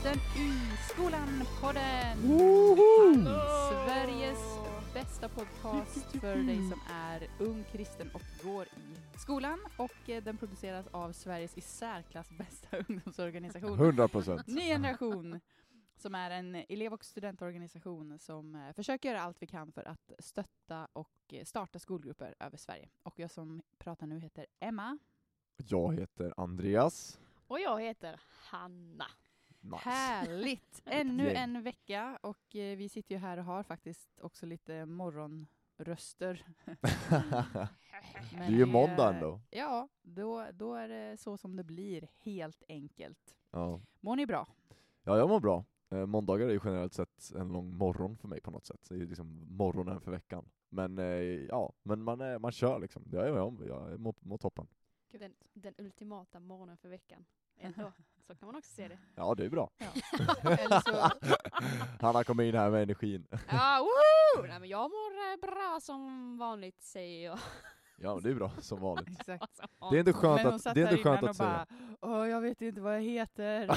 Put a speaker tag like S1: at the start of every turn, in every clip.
S1: Kristen i skolan-podden. Sveriges bästa podcast för dig som är ung kristen och går i skolan. Och den produceras av Sveriges i särklass bästa ungdomsorganisation.
S2: 100%.
S1: Ny generation. Som är en elev- och studentorganisation som försöker göra allt vi kan för att stötta och starta skolgrupper över Sverige. Och jag som pratar nu heter Emma.
S2: Jag heter Andreas.
S3: Och jag heter Hanna.
S2: Nice.
S1: Härligt! Ännu
S2: gäng.
S1: en vecka och vi sitter ju här och har faktiskt också lite morgonröster.
S2: Det är ju måndag ändå.
S1: Ja, då är det så som det blir, helt enkelt.
S2: Ja.
S1: Mår ni bra?
S2: Ja, jag mår bra. Måndagar är ju generellt sett en lång morgon för mig på något sätt. Det är ju liksom morgonen för veckan. Men ja, men man kör liksom. Det är jag mår toppen.
S3: Den ultimata morgonen för veckan. Ändå. Så kan man också se det.
S2: Ja, det är bra.
S1: Ja. Eller så,
S2: Hanna kom in här med energin.
S3: Ja, woohoo! Nej, men jag mår bra som vanligt, säger jag.
S2: Ja, det är bra som vanligt.
S1: exakt.
S2: Det är inte skönt
S1: Men hon
S2: att
S1: satt
S2: det är
S1: här
S2: inte skönt
S1: innan
S2: att
S1: och
S2: säga.
S1: bara, jag vet inte vad jag heter.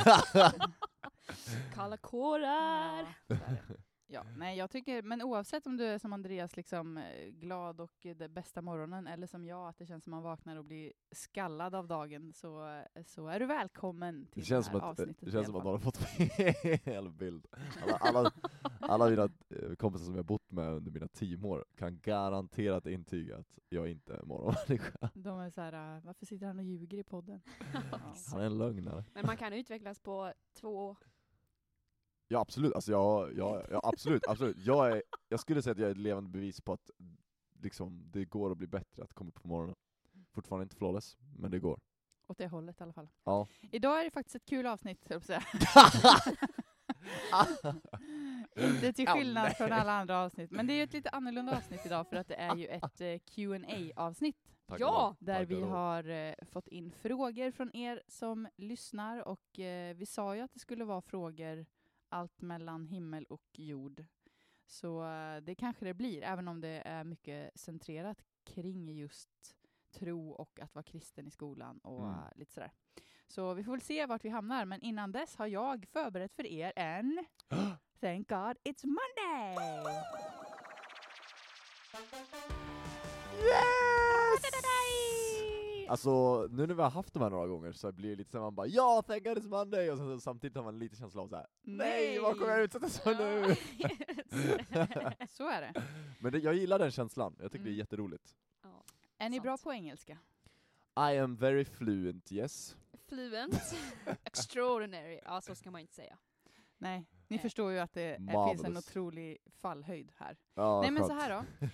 S3: Kalla kårar.
S1: Ja, så är det. Ja, nej, jag tycker, men oavsett om du är som Andreas liksom glad och det bästa morgonen, eller som jag, att det känns som man vaknar och blir skallad av dagen, så är du välkommen till
S2: Det känns
S1: det
S2: som
S1: här
S2: att
S1: avsnittet.
S2: det känns
S1: i
S2: som
S1: alla
S2: att man
S1: fall.
S2: har fått hel bild. Alla mina kompisar som jag har bott med under mina 10 år kan garanterat intyga att jag inte är morgonmänniska.
S1: De är så här, varför sitter han och ljuger i podden? Ja.
S2: Han är en lögnare.
S3: Men man kan utvecklas på 2 år.
S2: Ja, absolut. Alltså absolut. Jag skulle säga att jag är ett levande bevis på att liksom, det går att bli bättre att komma upp på morgonen. Fortfarande inte flawless, men det går.
S1: Åt det hållet i alla fall.
S2: Ja.
S1: Idag är det faktiskt ett kul avsnitt, höll jag på att säga. Inte till skillnad från alla andra avsnitt. Men det är ju ett lite annorlunda avsnitt idag, för att det är ju ett Q&A-avsnitt.
S2: Tack
S3: Ja!
S2: och lov.
S1: Där
S2: Tack och
S1: vi
S2: lov.
S1: har fått in frågor från er som lyssnar. Och vi sa ju att det skulle vara frågor allt mellan himmel och jord. Så det kanske det blir, även om det är mycket centrerat kring just tro och att vara kristen i skolan och lite sådär. Så vi får väl se vart vi hamnar. Men innan dess har jag förberett för er en Thank God It's Monday!
S2: Alltså, nu när vi har haft de här några gånger så blir det lite så här, man bara ja, thank God it's Monday, och så, samtidigt har man lite känsla av så här: nej, vad kommer jag utsättas för nu?
S1: Så är det.
S2: Men jag gillar den känslan, jag tycker det är jätteroligt.
S3: Ja.
S1: Är ni
S3: Sant.
S1: bra på engelska?
S2: I am very fluent, yes.
S3: Fluent. Extraordinary. Ja, så ska man inte säga.
S1: Nej, ni förstår ju att det finns en
S2: Marvelous.
S1: otrolig fallhöjd här.
S2: Ja,
S1: Nej, men
S2: skönt.
S1: så här då.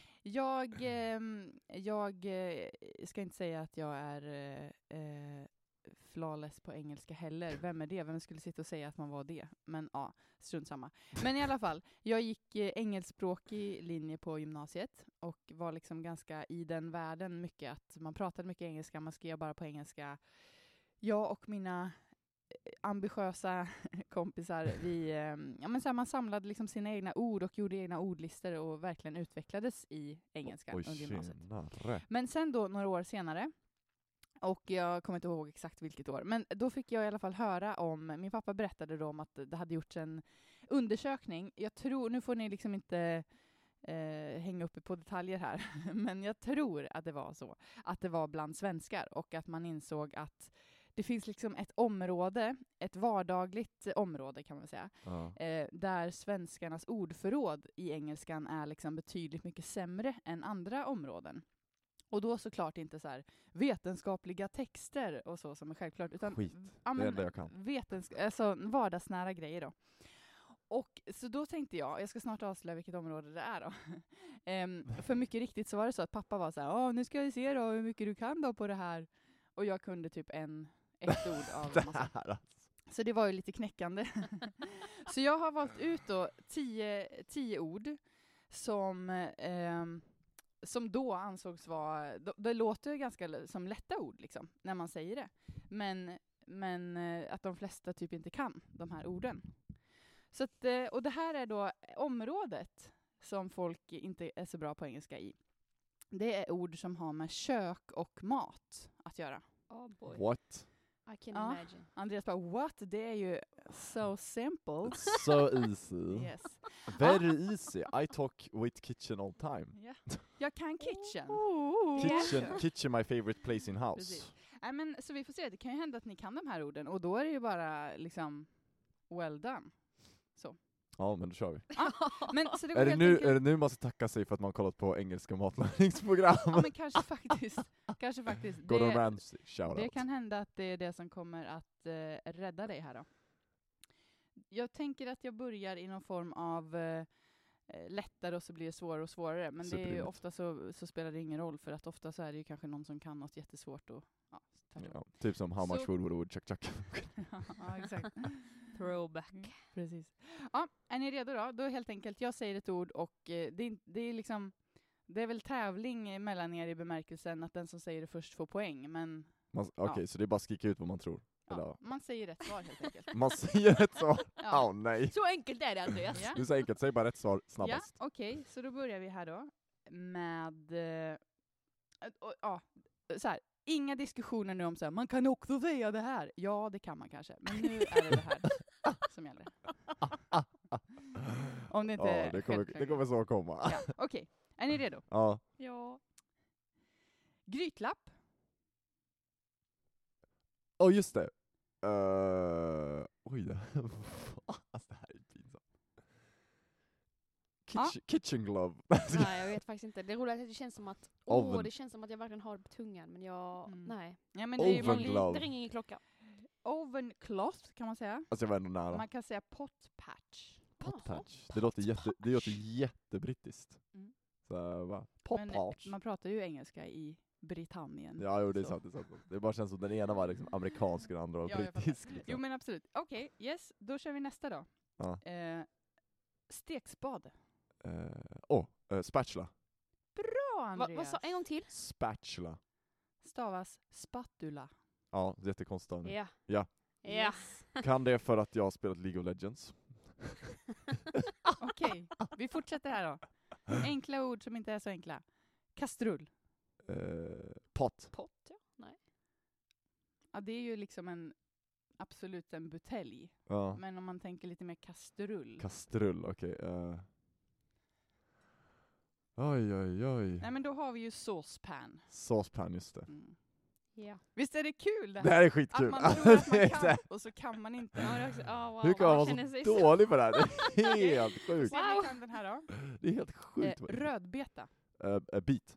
S1: Jag ska inte säga att jag är flawless på engelska heller. Vem är det? Vem skulle sitta och säga att man var det? Men ja, strunt samma. Men i alla fall, jag gick engelskspråkig linje på gymnasiet och var liksom ganska i den världen mycket, att man pratade mycket engelska, man skrev bara på engelska. Jag och mina ambitiösa kompisar, man samlade liksom sina egna ord och gjorde egna ordlistor och verkligen utvecklades i engelska under gymnasiet.
S2: Tjenare.
S1: Men sen då, några år senare, och jag kommer inte ihåg exakt vilket år, men då fick jag i alla fall höra om, min pappa berättade då om att det hade gjorts en undersökning. Jag tror, nu får ni liksom inte hänga uppe på detaljer här, men jag tror att det var så, att det var bland svenskar, och att man insåg att det finns liksom ett område, ett vardagligt område kan man säga,
S2: Ja.
S1: där svenskarnas ordförråd i engelskan är liksom betydligt mycket sämre än andra områden. Och då såklart inte så här vetenskapliga texter och så som är självklart, utan
S2: Skit, det är det enda jag kan.
S1: alltså vardagsnära grejer då. Och så då tänkte jag ska snart avslöja vilket område det är då. För mycket riktigt så var det så att pappa var så här: nu ska vi se då hur mycket du kan då på det här. Och jag kunde typ ett ord av en massa. Så det var ju lite knäckande. Så jag har valt ut då 10 ord som då ansågs vara, det låter ganska som lätta ord liksom, när man säger det. Men att de flesta typ inte kan de här orden. Så att, och det här är då området som folk inte är så bra på engelska i. Det är ord som har med kök och mat att göra.
S3: Oh boy.
S2: What?
S3: I can
S1: Ja.
S3: imagine.
S1: Andreas bara, what? Det är ju so simple.
S2: It's so easy.
S1: Yes.
S2: Very easy. I talk with kitchen all time.
S1: Ja. Jag kan kitchen.
S2: Kitchen my favorite place in house.
S1: Precis. Nej, men, så vi får se, det kan ju hända att ni kan de här orden, och då är det ju bara liksom well done.
S2: Ja, men då kör vi.
S1: Men, så det går
S2: Är det,
S1: helt
S2: nu,
S1: enkelt...
S2: är det nu man ska tacka sig för att man kollat på engelska matlagningsprogram?
S1: Ja, men kanske faktiskt. Kanske faktiskt.
S2: Gordon Ramsay, shout
S1: Det
S2: out.
S1: kan hända att det är det som kommer att rädda dig här då. Jag tänker att jag börjar i någon form av lättare, och så blir det svårare och svårare. Men det är ju
S2: Superrimligt.
S1: ofta så spelar det ingen roll, för att ofta så är det ju kanske någon som kan något jättesvårt. Och, ja,
S2: Ja, typ som how much
S1: Så-
S2: food would chuck chuck.
S1: ja, exakt.
S3: Throwback.
S1: Precis. Ja, är ni redo då? Då helt enkelt, jag säger ett ord, och det är liksom, det är väl tävling mellan er i bemärkelsen att den som säger det först får poäng, men
S2: Okej, så det är bara att skrika ut vad man tror. Eller?
S1: ja, man säger rätt svar helt enkelt.
S2: Man säger ett svar.
S1: Ja.
S2: Åh nej.
S3: Så enkelt är det, Andreas.
S1: Ja.
S2: Du säger enkelt, säg bara rätt svar
S1: Ja,
S2: snabbast.
S1: okej, så då börjar vi här då med så här, inga diskussioner nu om så här, man kan också säga det här. Ja, det kan man kanske, men nu är det här som gäller. Om det inte
S2: Ja,
S1: är
S2: det kommer
S1: självklart.
S2: så komma.
S1: Ja, okej. Är ni redo?
S2: Ja.
S3: Ja.
S1: Grytlapp.
S2: Just det. Oj, alltså det här är pinsamt. Kitchen glove.
S3: Nej, jag vet faktiskt inte. Det roliga är att det känns som att
S2: Oven.
S3: det känns som att jag verkligen har det på tungan, men jag nej.
S1: Ja, men det är ju
S2: Oven
S1: vanligt.
S2: glove.
S3: Det ringer ingen klocka.
S1: Oven cloth kan man säga.
S2: Alltså jag var ändå nära.
S1: Man kan säga pot patch.
S2: Pot patch. Det låter jättebrittiskt.
S1: Mm.
S2: Så va? Pot
S1: Men
S2: patch.
S1: man pratar ju engelska i Britannien.
S2: Ja, jo, det är
S1: så.
S2: sant, det är sant. Det bara känns som den ena var liksom amerikansk och den andra var
S1: Ja, jag fattar.
S2: brittisk.
S1: Jo,
S2: Liksom.
S1: men absolut. Okej, yes. Då kör vi nästa då.
S2: Ja.
S1: Stekspade.
S2: Spatula.
S1: Bra, Andreas.
S3: Vad sa en gång till?
S2: Spatula.
S1: Stavas spatula.
S2: Ja, jättekonstigt stavning.
S3: Ja.
S2: Ja.
S3: Ja.
S1: Yes.
S2: Kan det för att jag har spelat League of Legends.
S1: Okej, vi fortsätter här då. Enkla ord som inte är så enkla. Kastrull.
S2: Pot.
S3: Pott, ja. Nej.
S1: Ja, det är ju liksom absolut en butelj.
S2: Ja.
S1: Men om man tänker lite mer kastrull.
S2: Kastrull, okej. Oj.
S1: Nej, men då har vi ju saucepan.
S2: Saucepan, just det.
S1: Mm.
S3: Ja.
S1: Visst är det kul det
S2: Det
S1: här?
S2: här är
S1: Att
S2: skitkul.
S1: man tror att
S2: Det
S1: man
S2: är
S1: kan,
S2: så här-
S1: och så kan man inte.
S3: Ja, det är också, wow,
S2: Hur kan man vara
S3: känner
S2: så
S3: sig
S2: dålig på det här? Det är helt sjukt.
S1: Se om vi
S3: Wow.
S1: kan den här då.
S2: Det är helt sjukt.
S1: Rödbeta.
S2: Beet.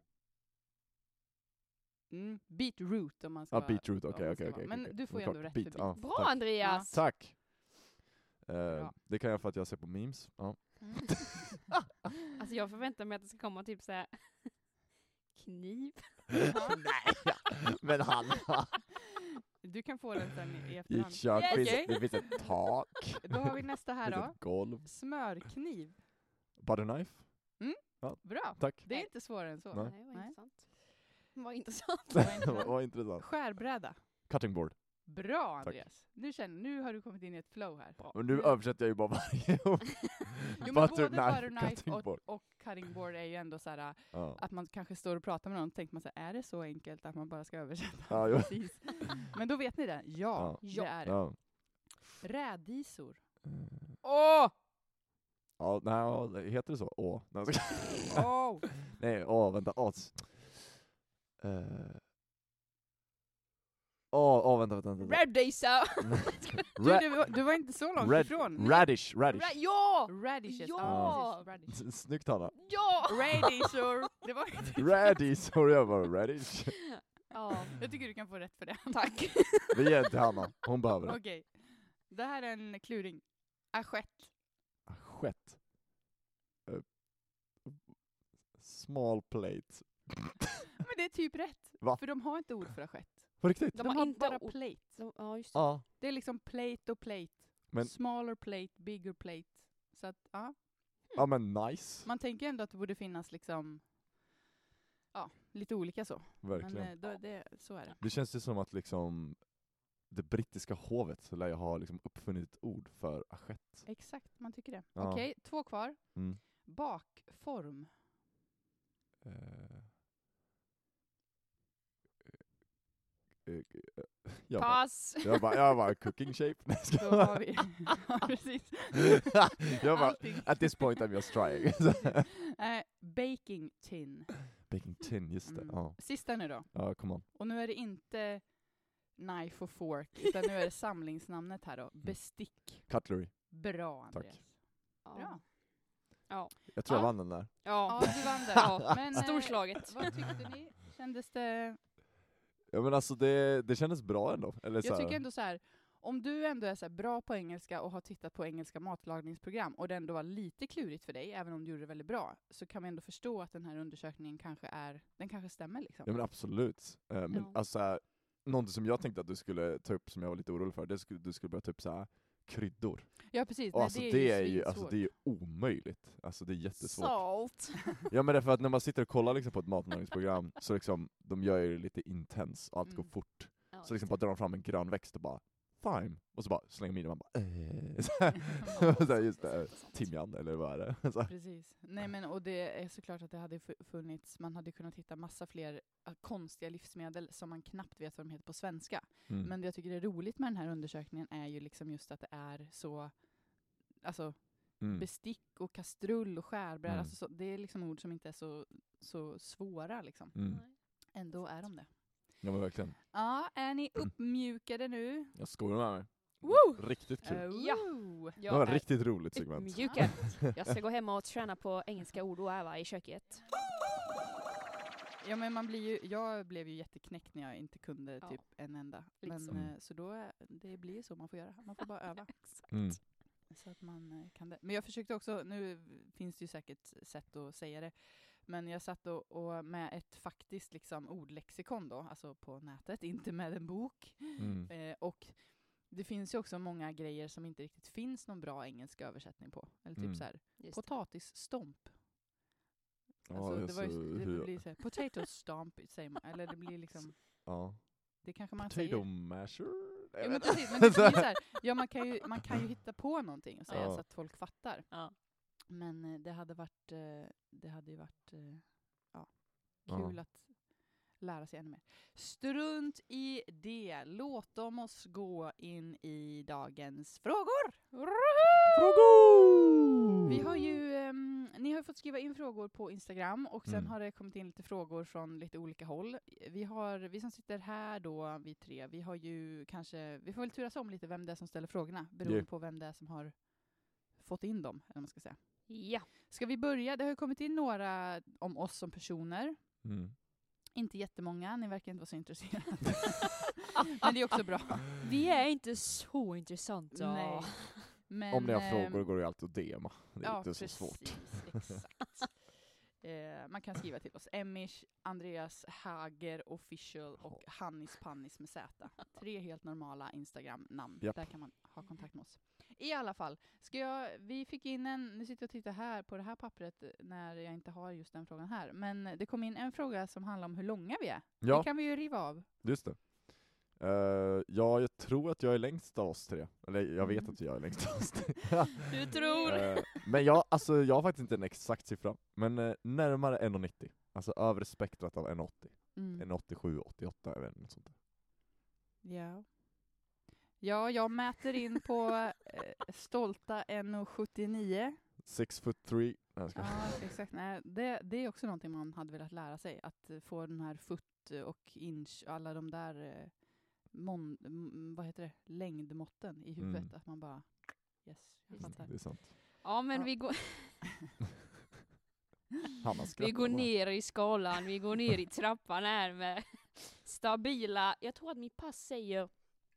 S1: Beetroot om man ska
S2: Ja, beetroot.
S1: om
S2: Okej.
S1: man ska vara. Men du får ju ändå rätt för beet.
S2: Ja,
S3: Bra,
S2: tack.
S3: Andreas!
S2: Tack.
S1: Bra.
S2: Det kan jag för att jag ser på memes. Ja.
S1: Mm.
S3: Alltså jag förväntar mig att det ska komma typ såhär kniv.
S1: Ja.
S2: Men Hanna,
S1: Du kan få den sen i
S2: i
S1: efterhand.
S2: ett kök
S1: Yes.
S2: finns,
S1: Okej.
S2: det finns ett tak,
S1: Då har vi nästa
S2: det
S1: här
S2: finns
S1: då.
S2: ett golv.
S1: Smörkniv.
S2: Butter knife.
S1: Bra.
S2: Tack.
S1: Det är inte svårare än så.
S2: Nej.
S3: Nej, vad
S1: Nej.
S3: intressant. Vad intressant.
S1: Vad intressant.
S2: Vad intressant.
S1: Skärbräda.
S2: Cutting board.
S1: Bra, Andreas. Nu har du kommit in i ett flow här.
S2: Men nu översätter jag ju bara varje ord.
S1: Jo, men både butter knife
S2: cutting board.
S1: och cutting board är ju ändå så här
S2: Ja.
S1: att man kanske står och pratar med någon och tänker man så här, är det så enkelt att man bara ska översätta?
S2: Ja, jo.
S1: Precis. Men då vet ni det. Ja,
S3: Ja.
S1: det är det.
S2: Ja.
S1: Rädisor.
S3: Åh!
S2: Ja, nej, heter det så? Åh. Nej, jag ska-
S1: Oh.
S2: nej, vänta. Vänta.
S3: Radisor!
S1: Du var inte så långt ifrån.
S2: Radish.
S3: Ja!
S1: Radishes.
S3: Ja!
S1: Radishes.
S2: Snyggt Hanna.
S3: Ja!
S1: Radisor. Det var inte...
S2: Radish, jag bara radish.
S3: Ja,
S1: Jag tycker du kan få rätt för det.
S3: tack.
S2: Vi ger det till Hanna, hon behöver det.
S1: Okej. Det här är en kluring. Assiett.
S2: Assiett. Small plate.
S1: Men det är typ rätt.
S2: Va?
S1: För de har inte ord för assiett.
S2: På riktigt?
S3: De
S1: De
S3: har
S1: har
S3: inte
S1: bara
S3: ord.
S1: plate.
S3: Ja, just det.
S2: Ja.
S1: Det är liksom plate och plate.
S2: Men-
S1: Smaller plate, bigger plate. Så att, ja.
S2: Ja men nice.
S1: Man tänker ändå att det borde finnas liksom, ja, lite olika så.
S2: Verkligen.
S1: Men så är det.
S2: Det känns ju som att liksom det brittiska hovet så lär jag ha liksom uppfunnit ett ord för assiett.
S1: Exakt, man tycker det.
S2: Ja.
S1: Okej, 2 kvar.
S2: Mm.
S1: Bakform.
S3: Pass!
S2: Jag bara cooking shape. Nej, ska
S1: Då har vi... Ja, precis.
S2: jag bara,
S1: Allting.
S2: at this point I'm just trying.
S1: Baking tin.
S2: Baking tin, just det.
S1: Mm.
S2: Ja,
S1: Sista nu då.
S2: ja, come on.
S1: Och nu är det inte knife och fork, utan nu är det samlingsnamnet här då. Bestick.
S2: Cutlery.
S1: Bra,
S2: Tack.
S1: Andreas. Bra.
S2: Jag tror
S1: Ja.
S2: jag vann den där.
S1: Ja,
S3: Ja,
S1: du vann det.
S3: Ja.
S1: Men,
S3: Storslaget.
S1: vad tyckte ni? Kändes det...
S2: Ja men alltså det kändes bra ändå. Eller så
S1: Jag
S2: här,
S1: tycker ändå så här, om du ändå är så här bra på engelska och har tittat på engelska matlagningsprogram och det ändå var lite klurigt för dig, även om du gjorde det väldigt bra, så kan man ändå förstå att den här undersökningen den kanske stämmer liksom.
S2: ja men absolut. Men
S3: Ja.
S2: alltså, någonting som jag tänkte att du skulle ta upp, som jag var lite orolig för, du skulle börja ta upp så här kryddor.
S1: Ja, precis.
S2: Och
S1: Nej,
S2: alltså
S1: det är ju
S2: alltså, det är ju omöjligt. Alltså det är jättesvårt.
S3: Salt.
S2: Ja men det är för att när man sitter och kollar liksom på ett matlagningsprogram så liksom, de gör ju det lite intens och allt går
S1: Mm.
S2: fort.
S3: Ja,
S2: Så liksom bara drar de fram en grön växt och bara fine. Och så bara slänger de in och man bara så här, just det, timjan eller vad är det? Så här.
S1: Precis. Nej men och det är såklart att det hade funnits, man hade kunnat hitta massa fler konstiga livsmedel som man knappt vet vad de heter på svenska.
S2: Mm.
S1: Men det jag tycker är roligt med den här undersökningen är ju liksom just att det är så, alltså
S2: Mm.
S1: bestick och kastrull och skärbräd,
S2: Mm.
S1: alltså det är liksom ord som inte är så svåra liksom.
S2: Mm.
S3: Nej.
S1: Ändå är de det.
S2: Ja men verkligen.
S1: Ja, är ni uppmjukade nu?
S2: Jag skojar med mig.
S1: Woo!
S2: Riktigt kul.
S3: Ja.
S2: Det var ett riktigt roligt segment.
S3: Mjukad. Jag ska gå hem och träna på engelska ord och öva i köket.
S1: Ja men jag blev ju jätteknäckt när jag inte kunde
S3: Ja.
S1: typ en enda.
S3: Lite
S1: Men
S3: så.
S1: så då, det blir så man får göra. Man får bara öva.
S2: Mm.
S1: Så att man kan det. Men jag försökte också, nu finns det ju säkert sätt att säga det, men jag satt och med ett faktiskt liksom ordlexikon då, alltså på nätet, inte med en bok.
S2: Mm.
S1: Och det finns ju också många grejer som inte riktigt finns någon bra engelsk översättning på. Eller typ
S2: Mm.
S1: så här,
S3: Just det.
S1: potatisstomp.
S2: Ja,
S1: Alltså, det, var ju,
S2: alltså,
S1: det
S2: hur-
S1: blir så här, potato stomp säger man, eller det blir liksom,
S2: Ja.
S1: det kanske man
S2: Potato
S1: säger.
S2: masher?
S1: Jo, men precis, men det blir så här, ja, man kan ju hitta på någonting och säga
S2: Ja.
S1: så att folk fattar.
S3: Ja.
S1: Men det hade ju varit
S2: Ja.
S1: kul att lära sig ännu mer. Strunt i det. Låt oss gå in i dagens frågor.
S2: Frågor!
S1: Vi har ju, ni har ju fått skriva in frågor på Instagram och sen
S2: Mm.
S1: har det kommit in lite frågor från lite olika håll. Vi som sitter här då, vi tre, vi får väl turas om lite vem det är som ställer frågorna, beroende
S2: Yeah.
S1: på vem det är som har fått in dem, eller vad man ska säga.
S3: Ja.
S1: Ska vi börja? Det har ju kommit in några om oss som personer.
S2: Mm.
S1: Inte jättemånga, ni verkar inte vara så intresserade. Men det är också bra.
S3: Vi är inte så intressanta.
S1: Nej. Men,
S2: Om ni har frågor går det ju alltid att DMa. Det är
S1: ja,
S2: inte så svårt.
S1: Exakt. Man kan skriva till oss. Emish, Andreas Hager Official och Hannis Pannis med Z. 3 helt normala Instagram-namn.
S2: Japp.
S1: Där kan man ha kontakt med oss. I alla fall, vi fick in nu sitter jag och tittar här på det här pappret när jag inte har just den frågan här. Men det kom in en fråga som handlar om hur långa vi är.
S2: Ja,
S1: Det kan vi ju riva av.
S2: just det. Ja, jag tror att jag är längst av oss tre. Eller jag vet
S1: Mm.
S2: att jag är längst av oss tre.
S3: Du tror?
S2: Men jag har faktiskt inte en exakt siffra. Men närmare 1,90. Alltså över spektrat av 1,80.
S1: Mm.
S2: 1,87, 88 eller något sånt där.
S1: Ja. Ja, jag mäter in på stolta 1,79.
S2: 6'3". Nej, jag ska.
S1: Ja, exakt. Nej, det är också någonting man hade velat lära sig. Att få den här foot och inch och alla de där vad heter det? Längdmåtten i huvudet.
S2: Mm.
S1: Att man bara, yes, jag fattar.
S2: Det är sant.
S3: Ja, men
S1: Ja.
S2: Hanna
S3: vi
S2: skrattar
S3: går
S2: bara.
S3: ner i skalan. Vi går ner i trappan här med stabila. Jag tror att mitt pass säger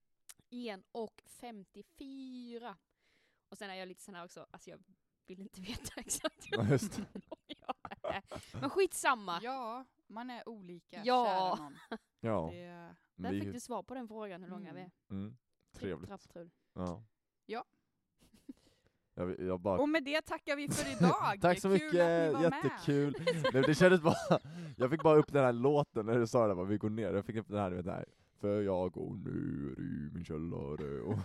S3: 1,54. Och sen är jag lite sån här också. Alltså jag vill inte veta exakt hur
S2: Ja, just det.
S3: lång jag är. Men skitsamma.
S1: Ja, man är olika.
S3: Ja.
S1: Kära någon.
S2: Ja,
S1: Det,
S3: Där
S2: vi,
S3: fick du svar på den frågan hur långa vi är.
S2: trevligt.
S3: Trapptrull.
S2: Ja.
S1: Ja.
S2: Jag bara...
S1: och med det tackar vi för idag.
S2: Tack så
S1: Kul
S2: mycket,
S1: att ni var med.
S2: jättekul. Nej, det kändes bara, jag fick bara upp den här låten när du sa det, bara, vi går ner. Jag fick upp den här, du vet, där. För jag går ner i min källare. Och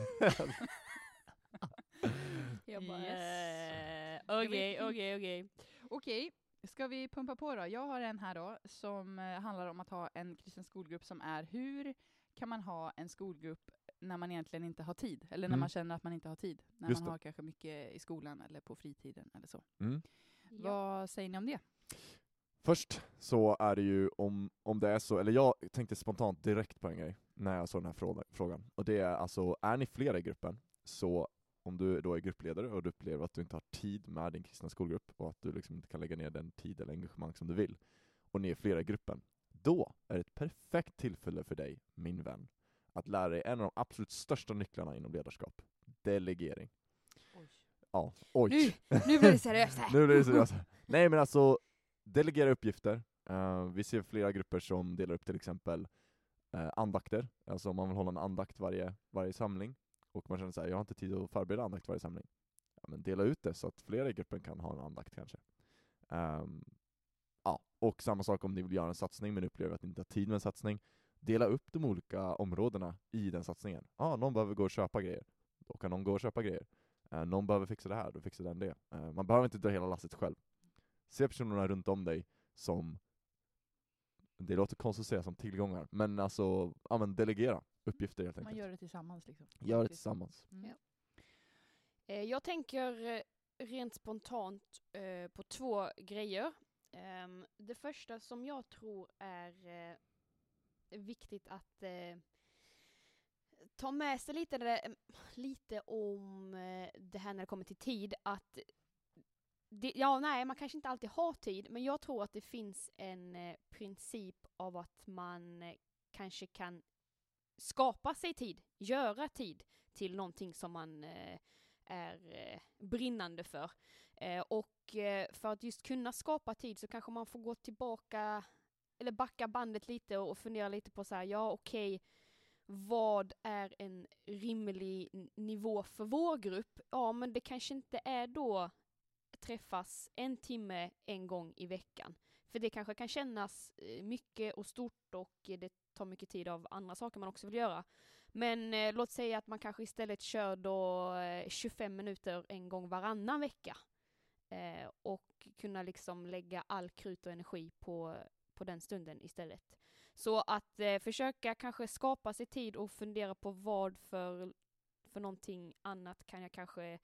S3: Jag bara,
S1: Yes.
S3: okej.
S1: Okej, ska vi pumpa på då? Jag har en här då som handlar om att ha en kristen skolgrupp som är: hur kan man ha en skolgrupp när man egentligen inte har tid. Eller när
S2: Mm.
S1: man känner att man inte har tid. När
S2: Just
S1: man
S2: det.
S1: har kanske mycket i skolan eller på fritiden eller så.
S2: Mm.
S3: Ja.
S1: Vad säger ni om det?
S2: Först så är det ju om det är så, eller jag tänkte spontant direkt på en grej när jag såg den här frågan. Och det är alltså, är ni flera i gruppen, så om du då är gruppledare och du upplever att du inte har tid med din kristna skolgrupp och att du liksom inte kan lägga ner den tid eller engagemang som du vill, och ni är flera i gruppen, då är det ett perfekt tillfälle för dig, min vän, att lära dig en av de absolut största nycklarna inom ledarskap. Delegering.
S1: Oj.
S2: Ja, oj.
S3: Nu blir det seriöst här.
S2: Nu blir det seriöst. Nej, men alltså, delegera uppgifter. Vi ser flera grupper som delar upp till exempel andakter. Alltså om man vill hålla en andakt varje samling, och man känner så här, jag har inte tid att förbereda andakt varje samling. Ja, men dela ut det så att flera i gruppen kan ha en andakt kanske. Ja, och samma sak om ni vill göra en satsning men upplever att ni inte har tid med en satsning. Dela upp de olika områdena i den satsningen. Någon behöver gå och köpa grejer. Då kan någon gå och köpa grejer. Någon behöver fixa det här, då fixar den det. Man behöver inte dra hela lasset själv. Se personerna runt om dig som, det låter konstigt att säga, som tillgångar, men alltså, delegera uppgifter helt enkelt.
S1: Man gör det tillsammans liksom.
S2: Gör det tillsammans.
S1: Mm.
S3: Ja. Jag tänker rent spontant på 2 grejer. Det första som jag tror är viktigt att ta med sig lite om det här när det kommer till tid. Att man kanske inte alltid har tid, men jag tror att det finns en princip av att man kanske kan skapa sig tid, göra tid till någonting som man är brinnande för. Och för att just kunna skapa tid så kanske man får gå tillbaka eller backa bandet lite och fundera lite på så här, vad är en rimlig nivå för vår grupp? Ja, men det kanske inte är då träffas 1 timme en gång i veckan. För det kanske kan kännas mycket och stort, och det tar mycket tid av andra saker man också vill göra. Men låt säga att man kanske istället kör då 25 minuter en gång varannan vecka. Och kunna liksom lägga all krut och energi på den stunden istället. Så att försöka kanske skapa sig tid och fundera på vad för någonting annat kan jag kanske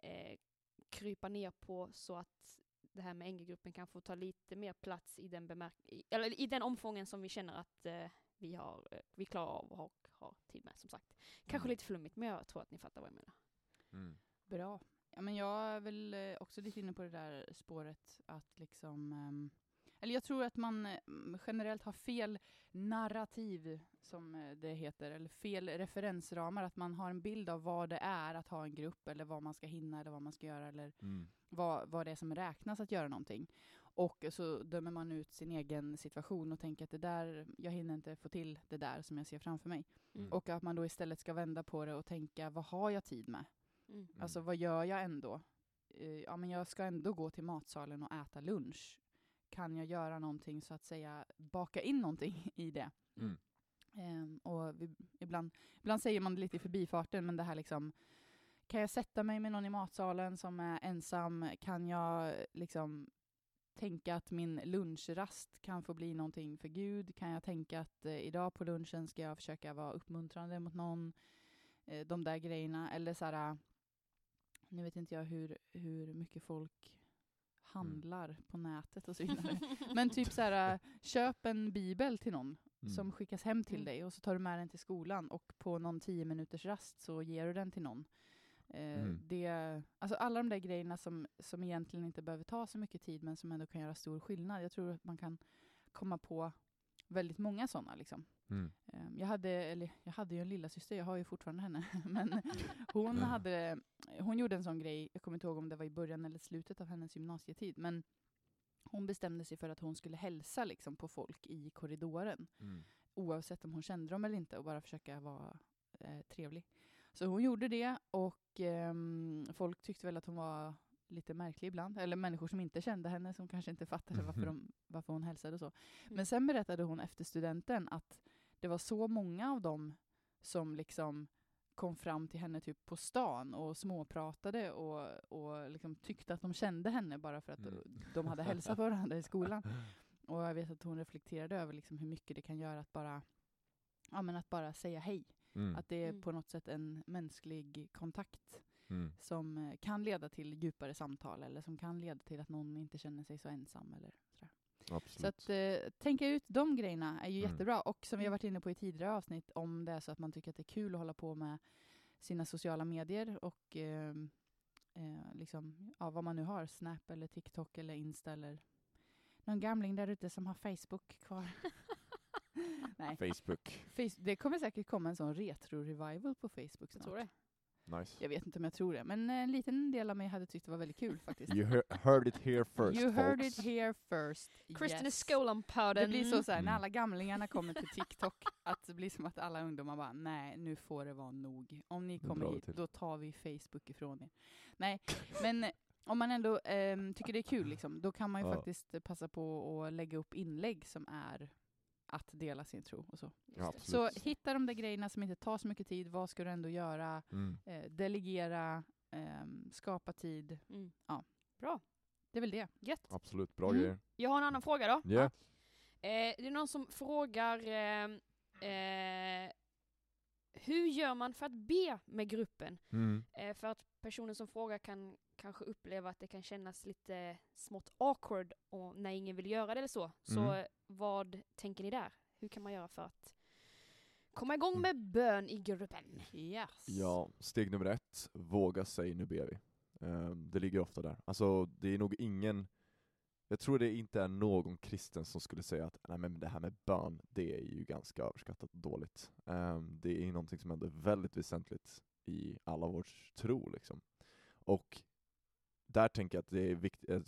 S3: krypa ner på, så att det här med NG-gruppen kan få ta lite mer plats i i den omfången som vi känner att vi klarar av och har tid med, som sagt. Kanske lite flummigt, men jag tror att ni fattar vad jag menar.
S2: Mm.
S1: Bra. Ja, men jag är väl också lite inne på det där spåret att liksom... eller jag tror att man generellt har fel narrativ, som det heter, eller fel referensramar. Att man har en bild av vad det är att ha en grupp, eller vad man ska hinna, eller vad man ska göra, eller vad det är som räknas att göra någonting. Och så dömer man ut sin egen situation och tänker att det där, jag hinner inte få till det där som jag ser framför mig.
S3: Mm.
S1: Och att man då istället ska vända på det och tänka, vad har jag tid med?
S3: Mm.
S1: Alltså vad gör jag ändå? Men jag ska ändå gå till matsalen och äta lunch. Kan jag göra någonting, så att säga, baka in någonting i det? Och ibland säger man det lite i förbifarten, men det här liksom, kan jag sätta mig med någon i matsalen som är ensam? Kan jag liksom tänka att min lunchrast kan få bli någonting för Gud? Kan jag tänka att idag på lunchen ska jag försöka vara uppmuntrande mot någon? De där grejerna. Eller så här, nu vet inte jag hur mycket folk handlar på nätet och så vidare. Men typ så här, köp en bibel till någon som skickas hem till dig, och så tar du med den till skolan, och på någon 10 minuters rast så ger du den till någon. Alltså alla de där grejerna som egentligen inte behöver ta så mycket tid, men som ändå kan göra stor skillnad. Jag tror att man kan komma på väldigt många sådana liksom. Jag hade ju en lilla syster, jag har ju fortfarande henne, men hon gjorde en sån grej, jag kommer inte ihåg om det var i början eller slutet av hennes gymnasietid, men hon bestämde sig för att hon skulle hälsa liksom på folk i korridoren, oavsett om hon kände dem eller inte, och bara försöka vara trevlig. Så hon gjorde det, och folk tyckte väl att hon var lite märklig ibland. Eller människor som inte kände henne, som kanske inte fattade varför hon hälsade och så. Men sen berättade hon efter studenten att det var så många av dem som liksom kom fram till henne typ på stan och småpratade och liksom tyckte att de kände henne bara för att de hade hälsat på varandra i skolan. Och jag vet att hon reflekterade över liksom hur mycket det kan göra att bara ja, men att bara säga hej. Att det är
S3: Mm.
S1: på något sätt en mänsklig kontakt
S2: Mm.
S1: som kan leda till djupare samtal eller som kan leda till att någon inte känner sig så ensam eller sådär.
S2: Absolut.
S1: Så att tänka ut de grejerna är ju
S2: Mm.
S1: jättebra. Och som vi har varit inne på i tidigare avsnitt, om det är så att man tycker att det är kul att hålla på med sina sociala medier och liksom, ja, vad man nu har, Snap eller TikTok eller Insta eller någon gamling där ute som har Facebook kvar. Nej,
S2: Facebook.
S1: det kommer säkert komma en sån retro-revival på Facebook
S3: Jag
S1: snart.
S3: tror det.
S2: Nice.
S1: Jag vet inte om jag tror det, men en liten del av mig hade tyckt det var väldigt kul faktiskt.
S2: You heard it here first,
S1: You heard
S2: folks.
S1: it here first.
S3: Kristen
S1: Yes.
S3: Skolan-podden.
S1: Det blir så här, när
S2: Mm.
S1: alla gamlingarna kommer till TikTok, att det blir som att alla ungdomar bara, nej, nu får det vara nog. Om ni
S2: Nu
S1: kommer
S2: drar vi
S1: hit,
S2: till.
S1: då tar vi Facebook ifrån er. Nej, men om man ändå tycker det är kul, liksom, då kan man ju
S2: Ja.
S1: faktiskt passa på att lägga upp inlägg som är att dela sin tro och så.
S3: Just det.
S2: Absolut.
S1: Så hitta de där grejerna som inte tar så mycket tid. Vad ska du ändå göra?
S2: Mm.
S1: Delegera, skapa tid.
S3: Mm.
S1: Ja.
S3: Bra.
S1: Det är väl det.
S3: Gött.
S2: Absolut, bra
S1: Mm.
S2: grejer.
S3: Jag har en annan fråga då.
S2: Yeah.
S3: Det är någon som frågar hur gör man för att be med gruppen?
S2: Mm.
S3: För att personen som frågar kan kanske uppleva att det kan kännas lite smått awkward och när ingen vill göra det eller så. Så
S2: Mm.
S3: vad tänker ni där? Hur kan man göra för att komma igång
S2: Mm.
S3: med bön i gruppen?
S1: Yes.
S2: Ja, steg nummer 1, våga säga nu ber vi. Det ligger ofta där. Alltså det är nog ingen, jag tror det inte är någon kristen som skulle säga att nej, men det här med bön, det är ju ganska överskattat och dåligt. Det är ju någonting som ändå är väldigt väsentligt i alla vårs tro liksom. Och där tänker jag att det är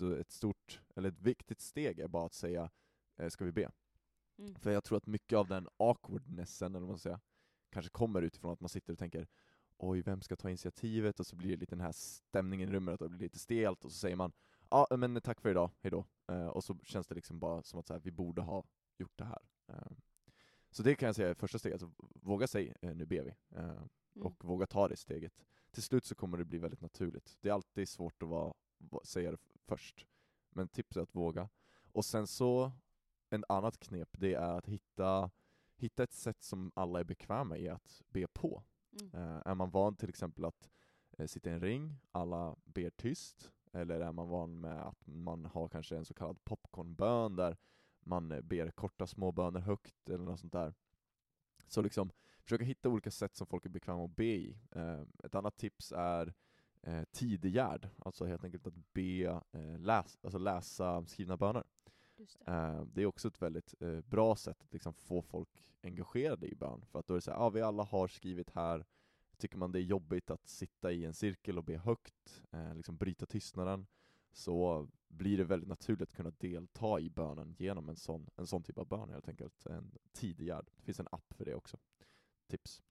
S2: ett viktigt steg är bara att säga ska vi be?
S3: Mm.
S2: För jag tror att mycket av den awkwardnessen, eller vad man ska säga, kanske kommer utifrån att man sitter och tänker oj, vem ska ta initiativet? Och så blir det lite den här stämningen i rummet, att det blir lite stelt, och så säger man ja, men tack för idag, hejdå. Och så känns det liksom bara som att så här, vi borde ha gjort det här. Så det kan jag säga är första steget, alltså, våga säga nu ber vi. Och våga ta det steget. Till slut så kommer det bli väldigt naturligt. Det är alltid svårt att säga det först. Men tipset är att våga. Och sen så, en annat knep, det är att hitta ett sätt som alla är bekväma i att be på. Är man van till exempel att sitta i en ring, alla ber tyst, eller är man van med att man har kanske en så kallad popcornbön där man ber korta små böner högt eller något sånt där. Så liksom försöka hitta olika sätt som folk är bekväma att be i. Ett annat tips är tidegärd, alltså helt enkelt att be, läsa skrivna böner.
S3: Just det.
S2: Det är också ett väldigt bra sätt att liksom få folk engagerade i bön, för att då är det så här, vi alla har skrivit här, tycker man det är jobbigt att sitta i en cirkel och be högt, liksom bryta tystnaden, så blir det väldigt naturligt att kunna delta i bönen genom en sån typ av bön, helt enkelt en tidegärd. Det finns en app för det också. Tips.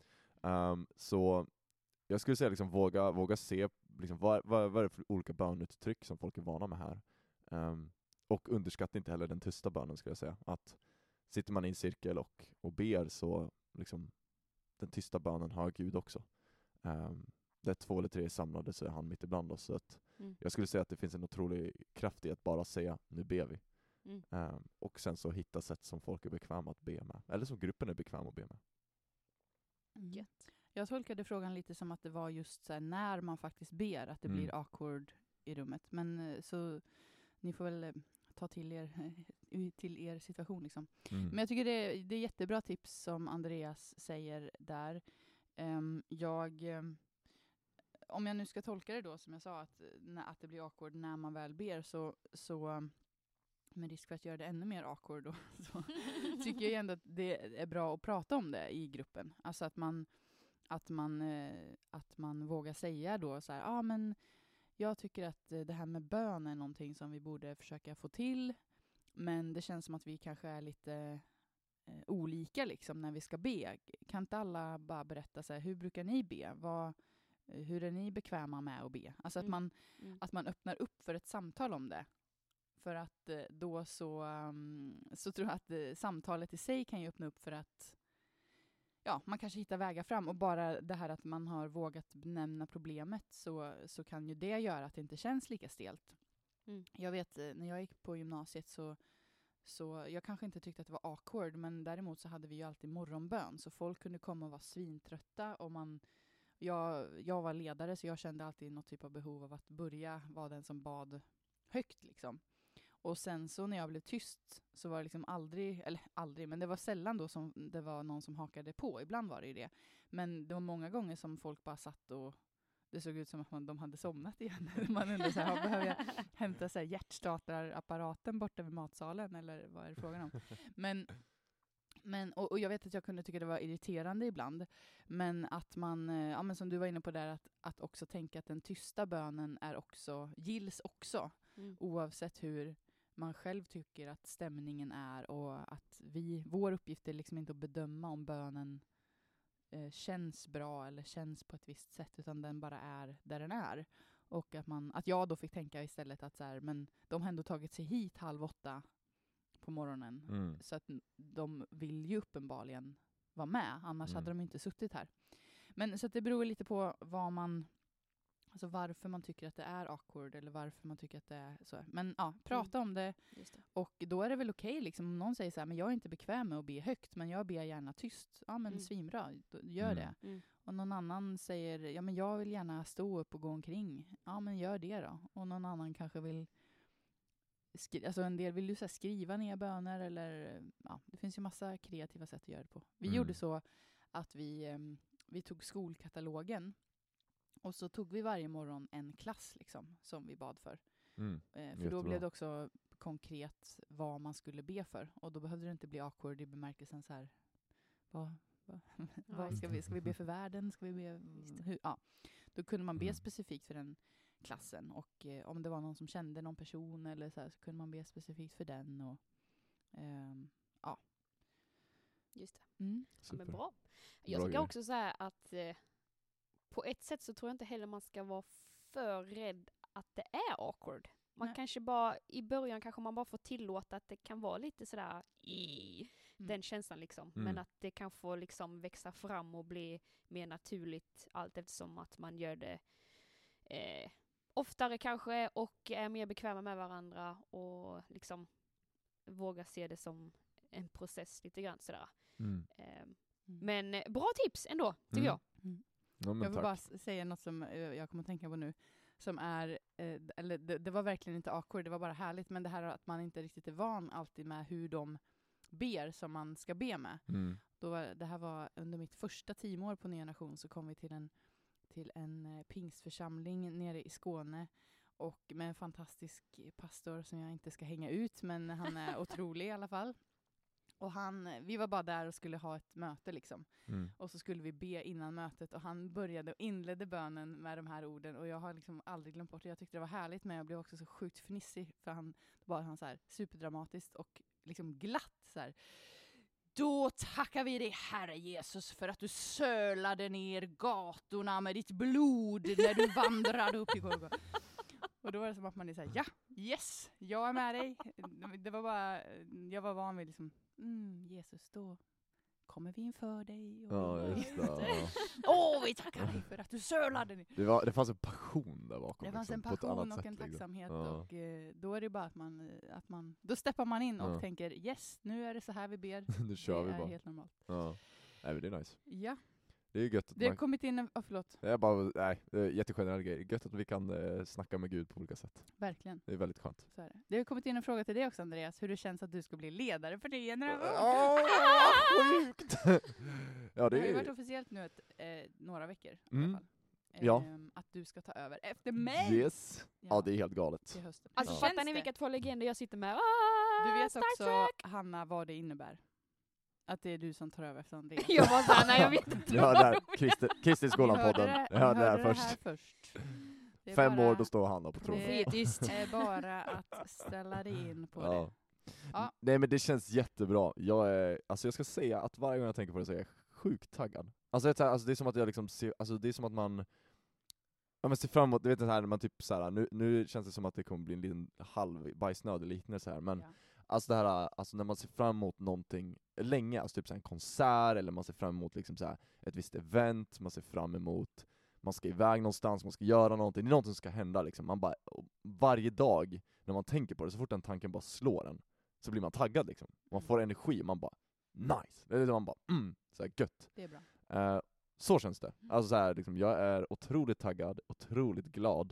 S2: Så jag skulle säga liksom våga se liksom, vad är det för olika bönuttryck som folk är vana med här. Och underskatta inte heller den tysta bönen, skulle jag säga. Att sitter man i en cirkel och ber, så liksom den tysta bönen har Gud också. Där 2 eller 3 är samlade så är han mitt ibland oss. Så att jag skulle säga att det finns en otrolig kraft i att bara säga nu ber vi. Och sen så hitta sätt som folk är bekväma att be med. Eller som gruppen är bekväm att be med.
S3: Gött.
S1: Jag tolkade frågan lite som att det var just så här, när man faktiskt ber, att det blir awkward i rummet. Men så ni får väl ta till er situation liksom. Men jag tycker det är jättebra tips som Andreas säger där. Om jag nu ska tolka det då, som jag sa, att det blir awkward när man väl ber, så med risk för att göra det ännu mer awkward då, så tycker jag ändå att det är bra att prata om det i gruppen. Alltså att man vågar säga då så här, men jag tycker att det här med bön är någonting som vi borde försöka få till, men det känns som att vi kanske är lite olika liksom när vi ska be. Kan inte alla bara berätta så här, hur brukar ni be? Hur är ni bekväma med att be? Alltså att man öppnar upp för ett samtal om det. För att då så tror jag att samtalet i sig kan ju öppna upp för att man kanske hittar vägar fram. Och bara det här att man har vågat benämna problemet, så kan ju det göra att det inte känns lika stelt. Jag vet, när jag gick på gymnasiet Så jag kanske inte tyckte att det var awkward, men däremot så hade vi ju alltid morgonbön. Så folk kunde komma och vara svintrötta. Och jag var ledare, så jag kände alltid något typ av behov av att börja vara den som bad högt liksom. Och sen så när jag blev tyst så var det liksom aldrig, men det var sällan då som det var någon som hakade på. Ibland var det ju det. Men det var många gånger som folk bara satt och det såg ut som att de hade somnat igen. Man undrar så här, behöver jag hämta så här hjärtstartarapparaten borta vid matsalen eller vad är det frågan om? Men och jag vet att jag kunde tycka det var irriterande ibland. Men att man, men som du var inne på där, att också tänka att den tysta bönen gills också. Oavsett hur man själv tycker att stämningen är, och att vår uppgift är liksom inte att bedöma om bönen känns bra eller känns på ett visst sätt, utan den bara är där den är. Och att jag då fick tänka istället att så här, men de har ändå tagit sig hit 7:30 på morgonen. Så att de vill ju uppenbarligen vara med, annars hade de inte suttit här. Men så att det beror lite på varför man tycker att det är awkward eller varför man tycker att det är så. Men ja, prata om det.
S3: Just det.
S1: Och då är det väl okej liksom, om någon säger så här, men jag är inte bekväm med att be högt, men jag ber gärna tyst. Ja, men svinbra, gör det. Och någon annan säger, ja men jag vill gärna stå upp och gå omkring. Ja, men gör det då. Och någon annan kanske vill en del vill ju så här skriva ner böner, eller det finns ju massa kreativa sätt att göra det på. Vi gjorde så att vi tog skolkatalogen. Och så tog vi varje morgon en klass liksom, som vi bad för. För då blev det också konkret vad man skulle be för. Och då behövde det inte bli awkward i bemärkelsen så här, vad ska vi be för världen? Ska vi be hur? Ja. Då kunde man be specifikt för den klassen. Och om det var någon som kände någon person eller så kunde man be specifikt för den. Och ja.
S3: Just det. Ja, men bra. Jag
S2: Bra
S3: tycker
S2: grej.
S3: också så här att på ett sätt så tror jag inte heller man ska vara för rädd att det är awkward. Man kanske bara, i början kanske man bara får tillåta att det kan vara lite sådär den känslan liksom. Men att det kan få liksom växa fram och bli mer naturligt allt eftersom att man gör det oftare kanske och är mer bekväma med varandra och liksom våga se det som en process lite grann sådär. Men bra tips ändå, tycker jag.
S2: Ja, men
S1: jag vill
S2: tack.
S1: bara säga något som jag kommer att tänka på nu. Som är, eller det var verkligen inte awkward, det var bara härligt. Men det här att man inte riktigt är van alltid med hur de ber som man ska be med. Det här var under mitt första 10 år på Nya Nation, så kom vi till en pingstförsamling nere i Skåne. Och med en fantastisk pastor som jag inte ska hänga ut, men han är otrolig i alla fall. Och vi var bara där och skulle ha ett möte liksom. Och så skulle vi be innan mötet. Och han började och inledde bönen med de här orden. Och jag har liksom aldrig glömt bort det. Jag tyckte det var härligt, men jag blev också så sjukt fnissig. För han så här superdramatiskt och liksom glatt så här. Då tackar vi dig, Herre Jesus, för att du sölade ner gatorna med ditt blod när du vandrade upp i Golgata. Och då var det som att man är så här, ja, yes, jag är med dig. Det var bara, jag var van vid liksom, Jesus, då kommer vi inför dig. Och
S2: just det.
S1: vi tackar dig för att du sölade ner.
S2: Det fanns en passion där bakom.
S1: Det fanns
S2: liksom,
S1: en
S2: på ett annat
S1: passion och
S2: sätt,
S1: en
S2: liksom.
S1: tacksamhet. Och då är det bara att man då steppar man in och tänker, yes, nu är det så här vi ber.
S2: Nu kör vi
S1: det är
S2: bara.
S1: helt normalt.
S2: Ja. Nej, men det är nice.
S1: Ja.
S2: Det är ju gött att
S1: Det har kommit in förlåt.
S2: Det är bara, det är jättegenerell grej. Gött att vi kan snacka med Gud på olika sätt.
S1: Verkligen.
S2: Det är väldigt skönt.
S1: Så är det. Det har kommit in en fråga till dig också, Andreas. Hur det känns att du ska bli ledare för det generationen.
S2: Sjukt! Ja,
S1: Det har ju varit officiellt nu några veckor i alla fall.
S2: Ja.
S1: Att du ska ta över efter mig.
S2: Yes. Ja, det är helt galet.
S1: Till hösten.
S3: Alltså
S1: Hur
S3: fattar
S1: känns
S3: ni
S1: det?
S3: vilka 2 legender jag sitter med?
S1: Du vet
S3: Star
S1: också,
S3: Trek!
S1: Hanna, vad det innebär. Att det är du som tar över efter Andreas.
S3: Jag var såhär, nej jag vet inte.
S2: Ja, där. Kristi Skolan-podden.
S1: Jag
S2: hörde det
S1: hörde
S2: här
S1: det här
S2: först.
S1: först. Det är
S2: 5
S1: bara-
S2: år, då står Hanna på tronen.
S3: Profetiskt.
S1: Det är bara att ställa dig in på det. Ja.
S2: Nej, men det känns jättebra. Jag ska säga att varje gång jag tänker på det så är jag sjukt taggad. Alltså det är som att jag liksom ser, det är som att man ser fram emot, du vet det här när man typ så här, nu känns det som att det kommer bli en liten halv bajsnödig liknelse här, men
S1: Ja.
S2: alltså det här, alltså när man ser fram emot någonting länge, alltså typ så här en konsert, eller man ser fram emot liksom så här ett visst event, man ser fram emot, man ska iväg någonstans, man ska göra någonting, det är någonting som ska hända liksom. Man bara, varje dag när man tänker på det, så fort den tanken bara slår en, så blir man taggad liksom. Man får energi, man bara nice. Eller man bara så här gött.
S1: Det är bra.
S2: Så känns det. Alltså så här, liksom, jag är otroligt taggad, otroligt glad.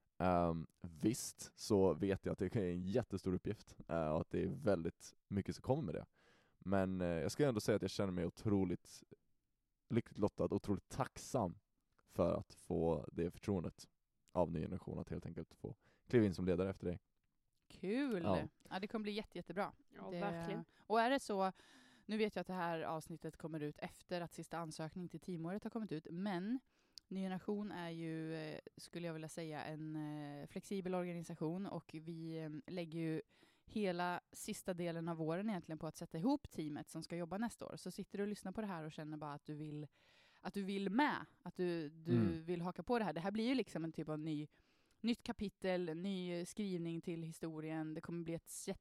S2: Visst så vet jag att det är en jättestor uppgift och att det är väldigt mycket som kommer med det. Men jag ska ändå säga att jag känner mig otroligt lyckligt lottad, otroligt tacksam för att få det förtroendet av ny generation, att helt enkelt få kliva in som ledare efter dig.
S1: Kul!
S2: Ja.
S1: Ja, det kommer bli jättebra.
S3: Ja, verkligen.
S1: Och är det så, nu vet jag att det här avsnittet kommer ut efter att sista ansökning till teamåret har kommit ut, men Ny Generation är ju, skulle jag vilja säga, en flexibel organisation, och vi lägger ju hela sista delen av våren egentligen på att sätta ihop teamet som ska jobba nästa år. Så sitter du och lyssnar på det här och känner bara att du vill med, att du vill haka på det här. Det här blir ju liksom en typ av nytt kapitel, ny skrivning till historien. Det kommer bli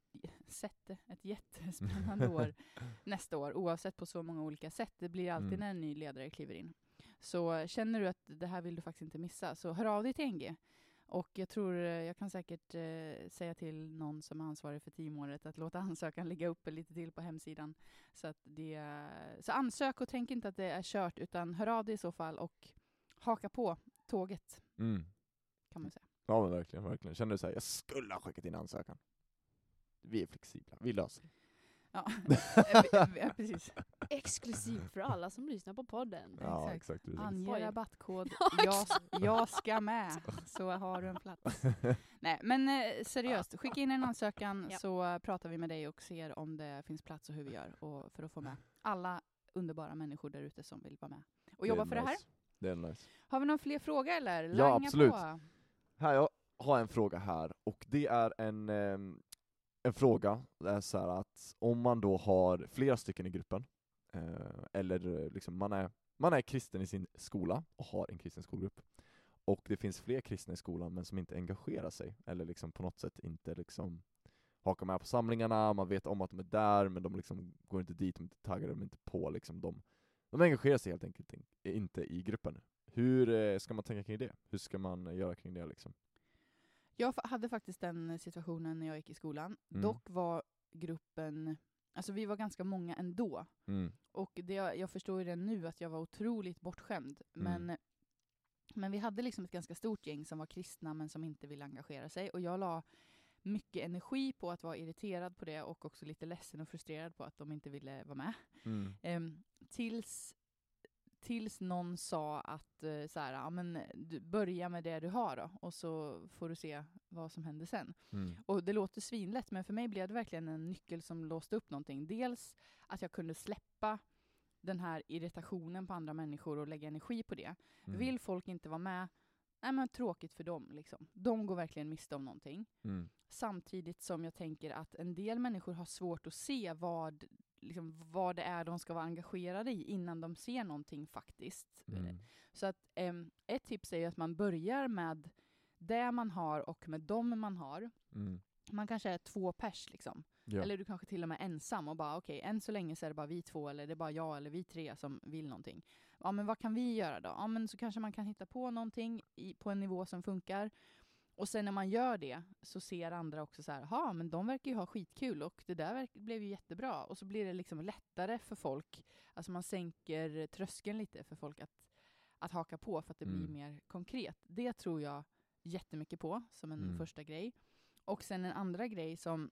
S1: ett jättespännande år nästa år, oavsett på så många olika sätt. Det blir alltid när en ny ledare kliver in. Så känner du att det här vill du faktiskt inte missa, så hör av dig till NG. Och jag tror, jag kan säkert säga till någon som är ansvarig för teamåret att låta ansökan ligga uppe lite till på hemsidan. Så ansök och tänk inte att det är kört, utan hör av dig i så fall och haka på tåget, kan man säga.
S2: Ja, men verkligen. Känner du så här, jag skulle ha skickat in ansökan. Vi är flexibla, vi löser det.
S1: Ja, precis.
S3: Exklusivt för alla som lyssnar på podden.
S2: Ja, exakt.
S1: Ange rabattkod,
S3: Ja,
S1: jag ska med, så har du en plats. Nej, men seriöst, skicka in en ansökan så pratar vi med dig och ser om det finns plats och hur vi gör för att få med alla underbara människor där ute som vill vara med och jobba för det här.
S2: Det är nice.
S1: Har vi någon fler frågor eller?
S2: Ja,
S1: Langa
S2: absolut.
S1: På.
S2: Här, jag har en fråga här, och det är en fråga. Det är så här att om man då har flera stycken i gruppen, eller liksom man är kristen i sin skola och har en kristen skolgrupp, och det finns fler kristna i skolan men som inte engagerar sig, eller liksom på något sätt inte liksom hakar med på samlingarna. Man vet om att de är där, men de liksom går inte dit, de inte taggar, de inte på liksom, de engagerar sig helt enkelt inte i gruppen. Hur ska man tänka kring det? Hur ska man göra kring det liksom?
S1: Jag hade faktiskt den situationen när jag gick i skolan. Dock var gruppen, alltså vi var ganska många ändå. Och jag förstår ju det nu att jag var otroligt bortskämd. Men vi hade liksom ett ganska stort gäng som var kristna men som inte ville engagera sig. Och jag la mycket energi på att vara irriterad på det, och också lite ledsen och frustrerad på att de inte ville vara med. Tills någon sa att så här, ja, men du börja med det du har då, och så får du se vad som händer sen. Och det låter svinlätt, men för mig blev det verkligen en nyckel som låste upp någonting. Dels att jag kunde släppa den här irritationen på andra människor och lägga energi på det. Vill folk inte vara med, nej men tråkigt för dem liksom. De går verkligen miste om någonting. Samtidigt som jag tänker att en del människor har svårt att se vad det är de ska vara engagerade i innan de ser någonting faktiskt. Så att ett tips är ju att man börjar med det man har och med dem man har. Man kanske är 2 pers liksom. Ja. Eller du kanske till och med är ensam och bara okej, än så länge så är det bara vi 2, eller det är bara jag eller vi 3 som vill någonting. Ja, men vad kan vi göra då? Ja, men så kanske man kan hitta på någonting på en nivå som funkar. Och sen när man gör det så ser andra också så här, ja men de verkar ju ha skitkul och det där blev ju jättebra. Och så blir det liksom lättare för folk, alltså man sänker tröskeln lite för folk att haka på för att det blir mer konkret. Det tror jag jättemycket på som en första grej. Och sen en andra grej som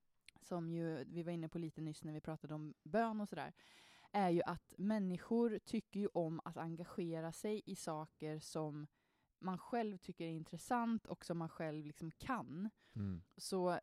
S1: ju vi var inne på lite nyss när vi pratade om bön och sådär, är ju att människor tycker ju om att engagera sig i saker som man själv tycker är intressant och som man själv liksom kan. Så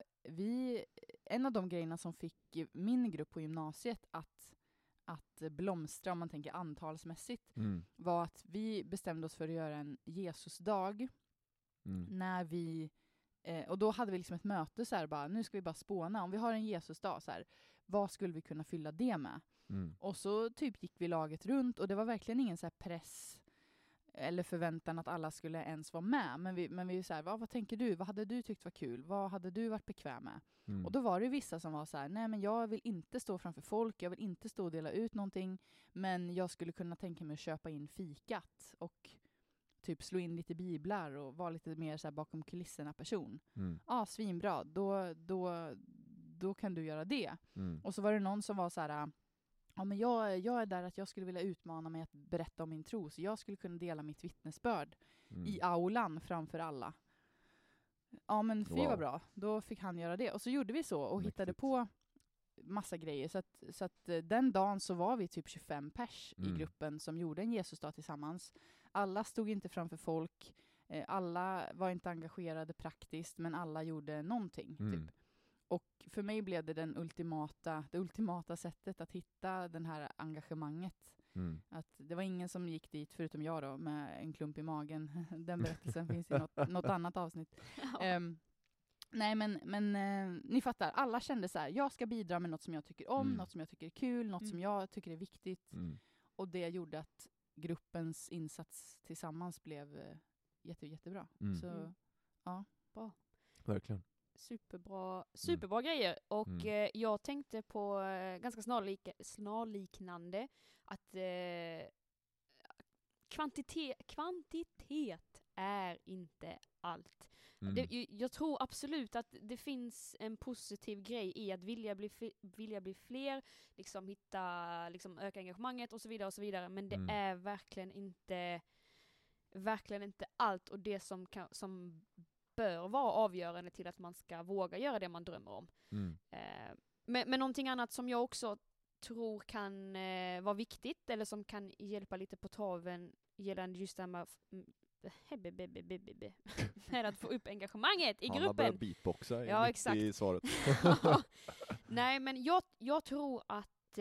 S1: en av de grejerna som fick min grupp på gymnasiet att blomstra, om man tänker antalsmässigt, var att vi bestämde oss för att göra en Jesusdag. När vi och då hade vi liksom ett möte så här, bara, nu ska vi bara spåna. Om vi har en Jesusdag så här, vad skulle vi kunna fylla det med? Och så typ gick vi laget runt, och det var verkligen ingen så här press eller förväntan att alla skulle ens vara med. Men vi så här, vad tänker du? Vad hade du tyckt var kul? Vad hade du varit bekväm med? Och då var det vissa som var så här, nej men jag vill inte stå framför folk, jag vill inte stå och dela ut någonting, men jag skulle kunna tänka mig att köpa in fikat och typ slå in lite biblar och vara lite mer så här bakom kulisserna person. Ja, svinbra. då kan du göra det.
S2: Mm.
S1: Och så var det någon som var så här, ja men jag är där att jag skulle vilja utmana mig att berätta om min tro, så jag skulle kunna dela mitt vittnesbörd i aulan framför alla. Ja men fy vad bra, då fick han göra det. Och så gjorde vi så och hittade på massa grejer. Så att den dagen så var vi typ 25 pers i gruppen som gjorde en Jesusdag tillsammans. Alla stod inte framför folk, alla var inte engagerade praktiskt, men alla gjorde någonting typ. Och för mig blev det det ultimata sättet att hitta den här engagemanget. Att det var ingen som gick dit, förutom jag då, med en klump i magen. Den berättelsen finns i något annat avsnitt. Nej, men ni fattar. Alla kände så här, jag ska bidra med något som jag tycker om, något som jag tycker är kul, något som jag tycker är viktigt. Och det gjorde att gruppens insats tillsammans blev jättebra. Så, ja.
S3: Bra.
S2: Verkligen.
S3: Superbra grejer. Och jag tänkte på ganska snarliknande att kvantitet är inte allt. Jag tror absolut att det finns en positiv grej i att vilja bli fler, liksom öka engagemanget och så vidare, men det är verkligen inte allt, och det som bör vara avgörande till att man ska våga göra det man drömmer om. Men någonting annat som jag också tror kan vara viktigt, eller som kan hjälpa lite på traven gällande just det här med att få upp engagemanget i gruppen.
S2: Alla börjar beatboxa i svaret.
S3: Nej, men jag tror att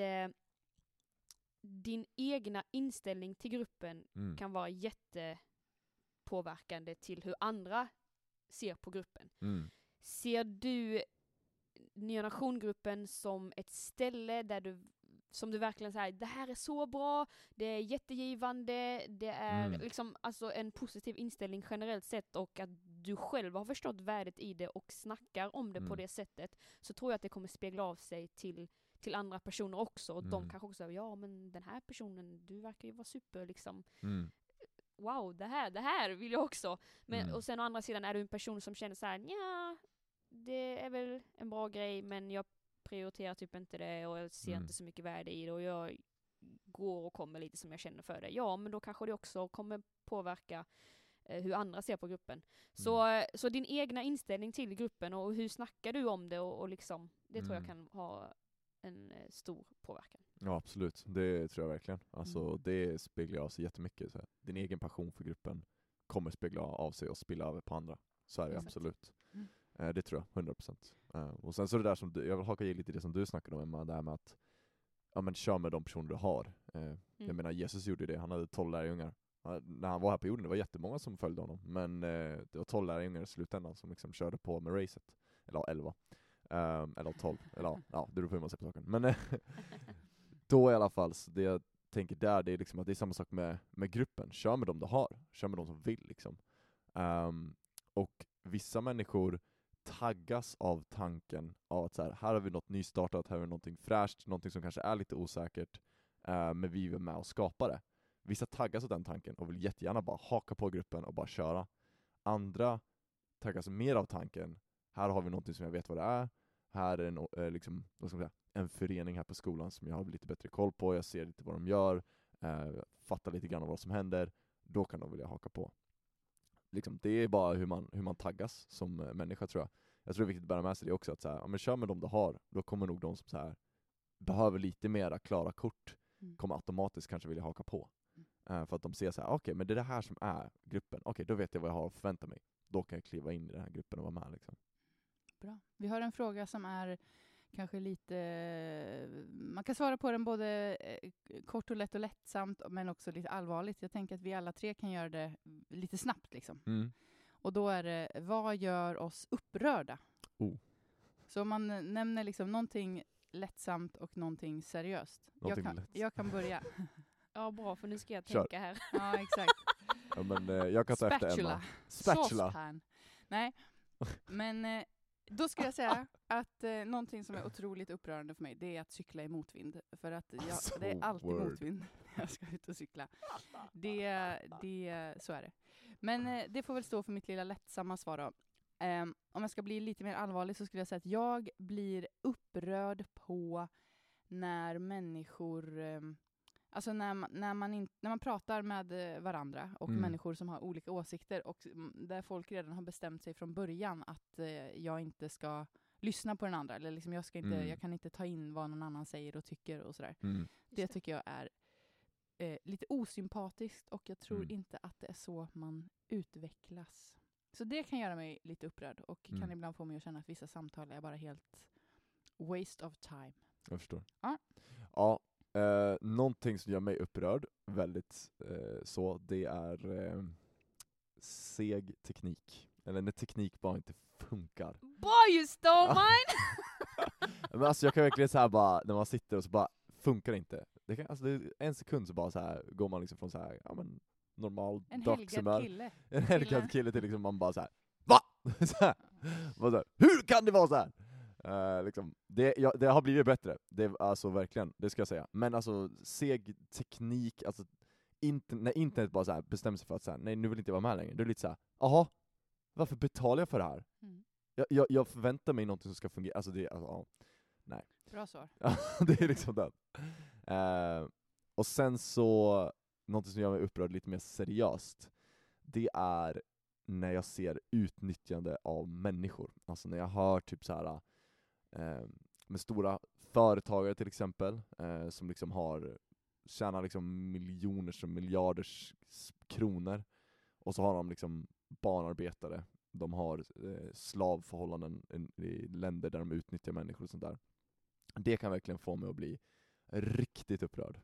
S3: din egna inställning till gruppen kan vara jättepåverkande till hur andra ser på gruppen. Ser du Nya Nation-gruppen som ett ställe där som du verkligen säger, det här är så bra, det är jättegivande, det är liksom alltså en positiv inställning generellt sett, och att du själv har förstått värdet i det och snackar om det på det sättet, så tror jag att det kommer spegla av sig till andra personer också, och de kanske också säger, ja men den här personen, du verkar ju vara super liksom. Wow, det här vill jag också. Men, och sen å andra sidan är du en person som känner så här, ja, det är väl en bra grej, men jag prioriterar typ inte det, och jag ser inte så mycket värde i det, och jag går och kommer lite som jag känner för det. Ja, men då kanske det också kommer påverka hur andra ser på gruppen. Så din egna inställning till gruppen, och hur snackar du om det, och liksom, det tror jag kan ha en stor påverkan.
S2: Ja, absolut. Det tror jag verkligen. Alltså, det speglar av sig jättemycket. Så här. Din egen passion för gruppen kommer spegla av sig och spilla över på andra. Så är det absolut. Det tror jag, 100%. Och sen så det där som jag vill haka i lite det som du snackade om, Emma, det här med att kör med de personer du har. Jag menar, Jesus gjorde det. Han hade 12 lärjungar. När han var här på jorden, det var jättemånga som följde honom. Men det var 12 lärjungar i slutändan som liksom körde på med racet. Eller 11. Eller 12. Eller ja, det beror på hur man ser på saken. Men då i alla fall, så det jag tänker där, det är liksom att det är samma sak med gruppen. Kör med dem du har. Kör med dem som vill liksom. Och vissa människor taggas av tanken av att så här har vi något nystartat, här har vi någonting fräscht, någonting som kanske är lite osäkert, men vi är med och skapar det. Vissa taggas av den tanken och vill jättegärna bara haka på gruppen och bara köra. Andra taggas mer av tanken, här har vi någonting som jag vet vad det är, här är liksom, vad ska man säga, en förening här på skolan som jag har lite bättre koll på, jag ser lite vad de gör, fattar lite grann av vad som händer, då kan de vilja haka på. Liksom, det är bara hur man taggas som människa, tror jag. Jag tror det är viktigt att bära med sig det också, att så här, men kör med dem du har, då kommer nog de som så här behöver lite mera klara kort kommer automatiskt kanske vilja haka på. För att de ser så här, okej, men det är det här som är gruppen. Okej, då vet jag vad jag har att förvänta mig. Då kan jag kliva in i den här gruppen och vara med liksom.
S1: Bra. Vi har en fråga som är kanske lite, man kan svara på den både kort och lätt och lättsamt, men också lite allvarligt. Jag tänker att vi alla tre kan göra det lite snabbt liksom. Och då är det, vad gör oss upprörda? Så om man nämner liksom någonting lättsamt och någonting seriöst. Jag kan börja.
S3: Ja, bra, för nu ska jag tänka här.
S1: Ja, exakt.
S2: Ja, men jag kan ta efter Emma.
S1: Spatula. Nej, men då ska jag säga att någonting som är otroligt upprörande för mig, det är att cykla i motvind. För att det är alltid motvind när jag ska ut och cykla. Så är det. Men det får väl stå för mitt lilla lättsamma svar då. Om jag ska bli lite mer allvarlig så skulle jag säga att jag blir upprörd på när människor, alltså när man pratar med varandra och människor som har olika åsikter och där folk redan har bestämt sig från början att jag inte ska lyssna på den andra, eller liksom jag kan inte ta in vad någon annan säger och tycker och sådär. Det tycker jag är lite osympatiskt, och jag tror inte att det är så man utvecklas. Så det kan göra mig lite upprörd och kan ibland få mig att känna att vissa samtal är bara helt waste of time.
S2: Jag förstår.
S1: Ja.
S2: Någonting som gör mig upprörd väldigt det är seg teknik. Eller när teknik bara inte funkar.
S3: Boy, you stole mine!
S2: Men alltså jag kan verkligen säga bara, när man sitter och så bara funkar det inte. Det är en sekund så bara så här går man liksom från så här, ja men normal dagshumör. En helgad kille till liksom man bara så här, va? Så här. Hur kan det vara så här? Liksom, det har blivit bättre. Det alltså verkligen, det ska jag säga. Men alltså seg teknik, alltså när internet bara så här bestämmer sig för att så här, nej, nu vill inte jag vara med längre. Det är lite så här, aha, varför betalar jag för det här? Jag förväntar mig något som ska fungera. Alltså nej.
S1: Bra svar.
S2: Det är liksom det. Och sen så, något som gör mig upprörd lite mer seriöst, det är när jag ser utnyttjande av människor. Alltså när jag hör typ så här med stora företagare till exempel, som liksom tjänar liksom miljoners och miljarders kronor, och så har de liksom barnarbetare, de har slavförhållanden i länder där de utnyttjar människor och sånt där. Det kan verkligen få mig att bli riktigt upprörd.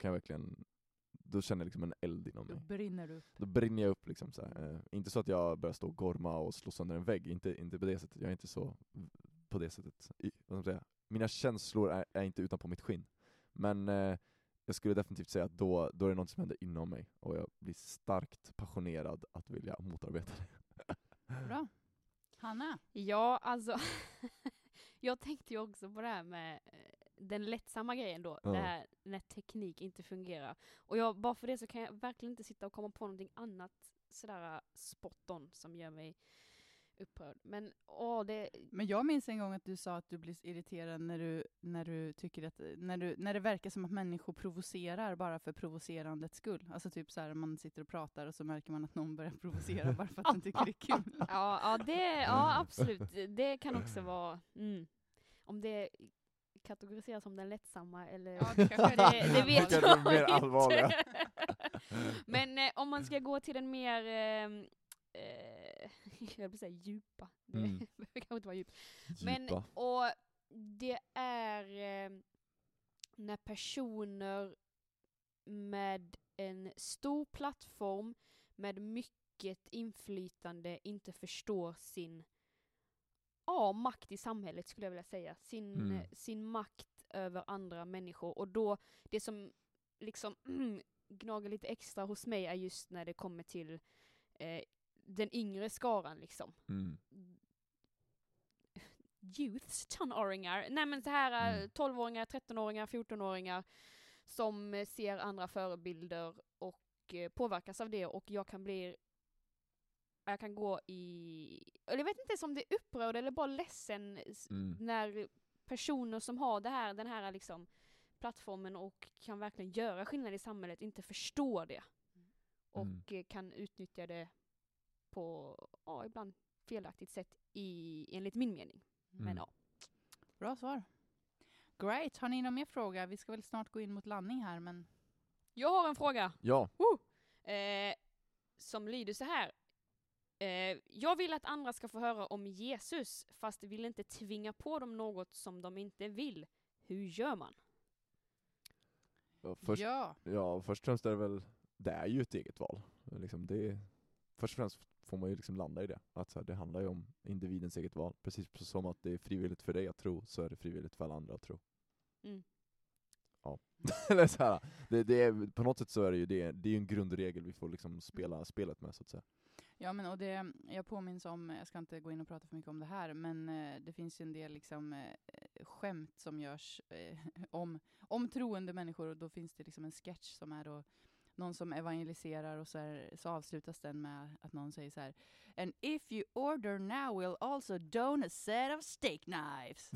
S2: Då känner jag liksom en eld inom mig. Då brinner jag upp liksom så här. Inte så att jag börjar stå och gorma och slå sönder en vägg, inte på det sättet. Jag är inte så på det sättet. Vad ska jag säga? Mina känslor är inte utanpå mitt skinn. Men jag skulle definitivt säga att då är det något som händer inom mig, och jag blir starkt passionerad att vilja motarbeta det.
S1: Bra. Hanna?
S3: Ja, alltså jag tänkte ju också på det här med den lättsamma grejen då, det här när teknik inte fungerar. Och bara för det så kan jag verkligen inte sitta och komma på någonting annat sådär spot on som gör mig upprörd. Men
S1: jag minns en gång att du sa att du blir irriterad när du tycker att när det verkar som att människor provocerar bara för provocerandets skull. Alltså typ så här, man sitter och pratar och så märker man att någon börjar provocera bara för att den tycker det är kul.
S3: Ja, absolut. Det kan också vara om det kategoriseras som den lättsamma eller det vet jag
S2: mer allvarliga.
S3: Men om man ska gå till den mer jag vill säga djupa. Det kan inte vara djupt. Men och det är när personer med en stor plattform med mycket inflytande inte förstår sin makt i samhället, skulle jag vilja säga. Sin makt över andra människor. Och då, det som liksom gnager lite extra hos mig är just när det kommer till den yngre skaran liksom. Youths, tonåringar. Nej men så här 12-åringar, 13-åringar, 14-åringar som ser andra förebilder och påverkas av det, och jag kan gå i, eller jag vet inte om det är upprörd eller bara ledsen när personer som har den här liksom plattformen och kan verkligen göra skillnad i samhället inte förstår det och kan utnyttja det på ibland felaktigt sätt enligt min mening. Men ja.
S1: Bra svar. Great. Har ni någon mer fråga? Vi ska väl snart gå in mot landning här, men
S3: jag har en fråga.
S2: Ja.
S3: Som lyder så här. Jag vill att andra ska få höra om Jesus, fast vill inte tvinga på dem något som de inte vill. Hur gör man?
S2: Först och främst är det väl, det är ju ett eget val. Liksom först och främst får man ju liksom landa i det. Att så här, det handlar ju om individens eget val. Precis som att det är frivilligt för dig att tro, så är det frivilligt för alla andra att tro. Ja. Eller så här, det är, på något sätt så är det är ju en grundregel vi får liksom spela spelet med, så att säga.
S1: Ja, men och det jag påminns om, jag ska inte gå in och prata för mycket om det här, men det finns ju en del liksom skämt som görs om troende människor, och då finns det liksom en sketch som är då någon som evangeliserar, och så avslutas den med att någon säger så här: And if you order now we'll also don a set of steak knives.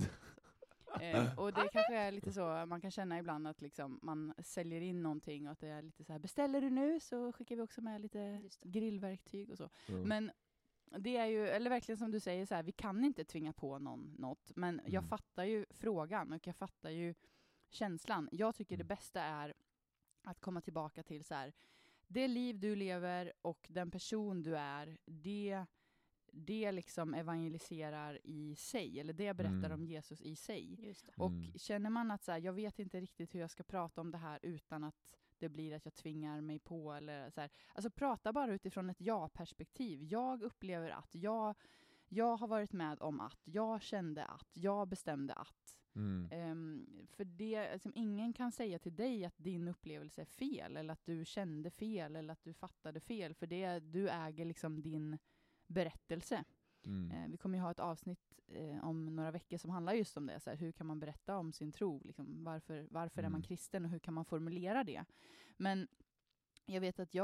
S1: Och det kanske är lite så man kan känna ibland att liksom man säljer in någonting och att det är lite så här, beställer du nu så skickar vi också med lite grillverktyg och så. Men det är ju, eller verkligen som du säger så här, vi kan inte tvinga på någon något, men jag fattar ju frågan och jag fattar ju känslan. Jag tycker det bästa är att komma tillbaka till så här, det liv du lever och den person du är, det liksom evangeliserar i sig, eller det berättar om Jesus i sig.
S3: Just det.
S1: Och känner man att så här, jag vet inte riktigt hur jag ska prata om det här utan att det blir att jag tvingar mig på, eller så här, alltså prata bara utifrån ett ja-perspektiv. Jag upplever att jag har varit med om att, jag kände att, jag bestämde att. För det, liksom, ingen kan säga till dig att din upplevelse är fel, eller att du kände fel, eller att du fattade fel, för det, du äger liksom din berättelse. Vi kommer ju ha ett avsnitt om några veckor som handlar just om det. Så här, hur kan man berätta om sin tro? Liksom, varför är man kristen och hur kan man formulera det? Men jag vet att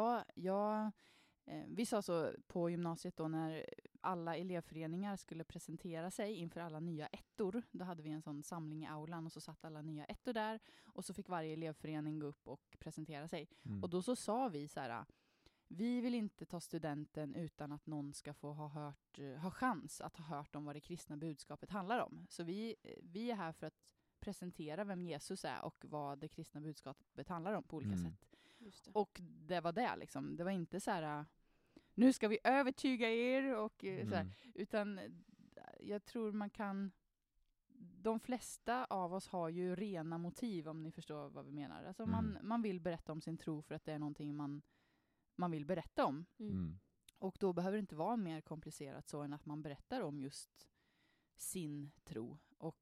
S1: vi sa så på gymnasiet då när alla elevföreningar skulle presentera sig inför alla nya ettor. Då hade vi en sån samling i aulan och så satt alla nya ettor där. Och så fick varje elevförening gå upp och presentera sig. Och då så sa vi så här, vi vill inte ta studenten utan att någon ska få ha chans att ha hört om vad det kristna budskapet handlar om. Så vi är här för att presentera vem Jesus är och vad det kristna budskapet handlar om på olika sätt.
S3: Just det.
S1: Och det var det liksom. Det var inte så här, nu ska vi övertyga er och så här, utan jag tror man kan, de flesta av oss har ju rena motiv, om ni förstår vad vi menar. Alltså man vill berätta om sin tro för att det är någonting man vill berätta om. Och då behöver det inte vara mer komplicerat så än att man berättar om just sin tro. Och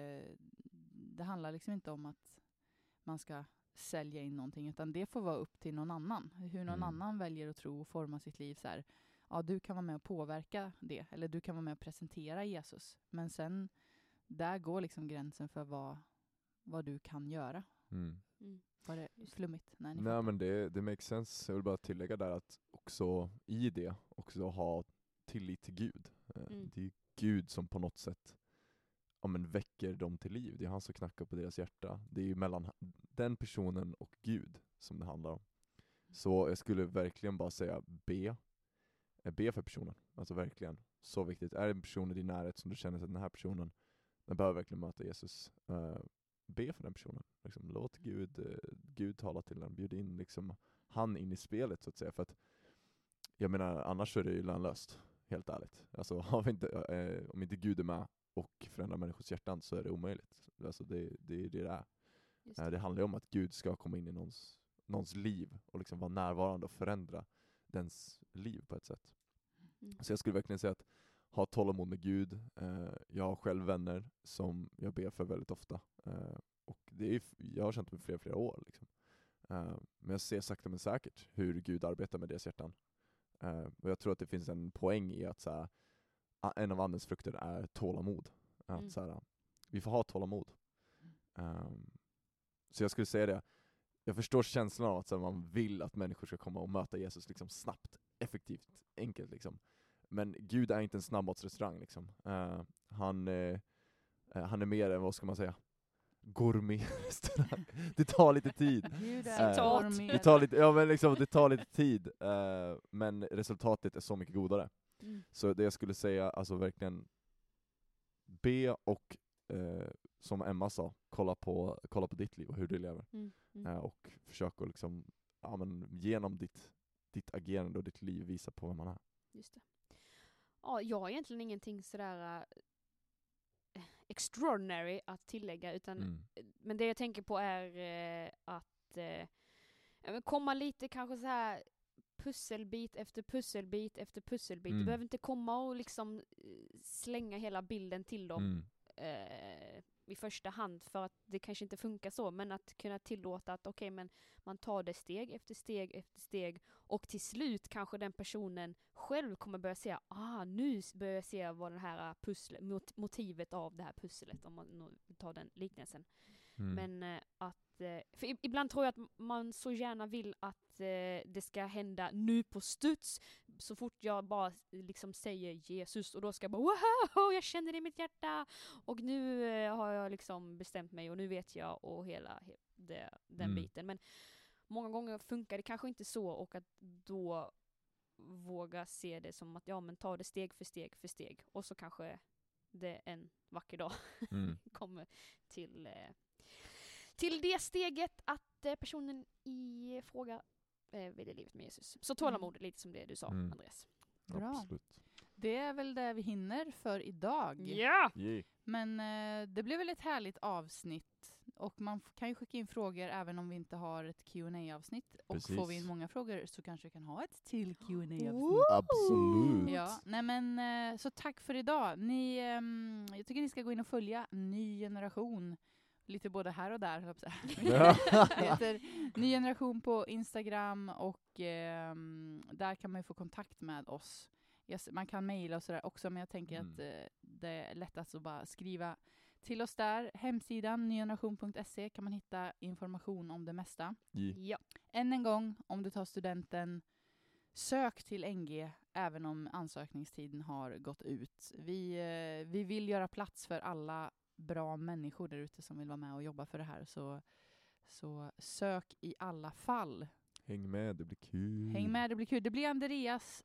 S1: det handlar liksom inte om att man ska sälja in någonting, utan det får vara upp till någon annan. Hur någon annan väljer att tro och forma sitt liv så här. Ja, du kan vara med och påverka det, eller du kan vara med och presentera Jesus. Men sen, där går liksom gränsen för vad du kan göra. Var det flummigt?
S2: Nej, men det makes sense. Jag vill bara tillägga där att också i det också ha tillit till Gud. Det är Gud som på något sätt väcker dem till liv. Det är han som knackar på deras hjärta. Det är ju mellan den personen och Gud som det handlar om. Så jag skulle verkligen bara säga be för personen. Alltså verkligen, så viktigt. Är det en person i din närhet som du känner att den här personen, den behöver verkligen möta Jesus, be för den personen. Liksom, låt Gud tala till den. Bjud in liksom han in i spelet så att säga. För att jag menar, annars är det ju lönlöst. Helt ärligt. Alltså, om inte Gud är med och förändrar människors hjärtan så är det omöjligt. Alltså, det är det är. Det handlar ju om att Gud ska komma in i någons liv och liksom vara närvarande och förändra dens liv på ett sätt. Så jag skulle verkligen säga att ha tålamod med Gud. Jag har själv vänner som jag ber för väldigt ofta. Och jag har känt mig flera år. Liksom. Men jag ser sakta men säkert hur Gud arbetar med deras hjärtan. Och jag tror att det finns en poäng i att så här, en av andens frukter är tålamod. Att, så här, vi får ha tålamod. Så jag skulle säga det. Jag förstår känslan av att så här, man vill att människor ska komma och möta Jesus liksom, snabbt, effektivt, enkelt. Liksom. Men Gud är inte en snabbmatsrestaurang. Liksom. Han är mer än, vad ska man säga, gourmetrestaurang. Det tar lite tid. Det tar lite tid. Men resultatet är så mycket godare. Så det jag skulle säga, alltså verkligen be och som Emma sa, kolla på ditt liv och hur du lever. Och försök att liksom, genom ditt agerande och ditt liv visa på vem man är.
S3: Just det. Ja, jag har egentligen ingenting sådär extraordinary att tillägga, utan men det jag tänker på är att komma lite kanske så här pusselbit efter pusselbit efter pusselbit. Du behöver inte komma och liksom slänga hela bilden till dem i första hand, för att det kanske inte funkar så, men att kunna tillåta att men man tar det steg efter steg efter steg, och till slut kanske den personen själv kommer börja säga, nu börjar jag se vad den här motivet av det här pusslet, om man tar den liknelsen. Men att, för ibland tror jag att man så gärna vill att det ska hända nu på studs, så fort jag bara liksom säger Jesus, och då ska jag bara wow, jag känner det i mitt hjärta, och nu har jag liksom bestämt mig och nu vet jag, och hela den biten. Men många gånger funkar det kanske inte så, och att då våga se det som att men ta det steg för steg, och så kanske det en vacker dag kommer till det steget att personen i fråga väljer livet med Jesus. Så tålamod, lite som det du sa, Andreas.
S1: Bra.
S2: Absolut.
S1: Det är väl det vi hinner för idag.
S3: Ja!
S2: Yeah.
S1: Men det blev väl ett härligt avsnitt. Och man kan ju skicka in frågor även om vi inte har ett Q&A-avsnitt. Och
S2: Precis.
S1: får vi in många frågor så kanske vi kan ha ett till Q&A-avsnitt.
S2: Absolut.
S1: Ja, nej men så tack för idag. Jag tycker ni ska gå in och följa Ny Generation. Lite både här och där, höll jag på att säga. Det heter Ny Generation på Instagram, och där kan man ju få kontakt med oss. Man kan mejla och sådär också, men jag tänker att det är lättast att bara skriva till oss där. Hemsidan nygeneration.se kan man hitta information om det mesta.
S3: Ja.
S1: Än en gång, om du tar studenten, sök till NG även om ansökningstiden har gått ut. Vi vill göra plats för alla bra människor där ute som vill vara med och jobba för det här. Så sök i alla fall.
S2: Häng med, det blir kul.
S1: Häng med, det blir kul. Det blir Andreas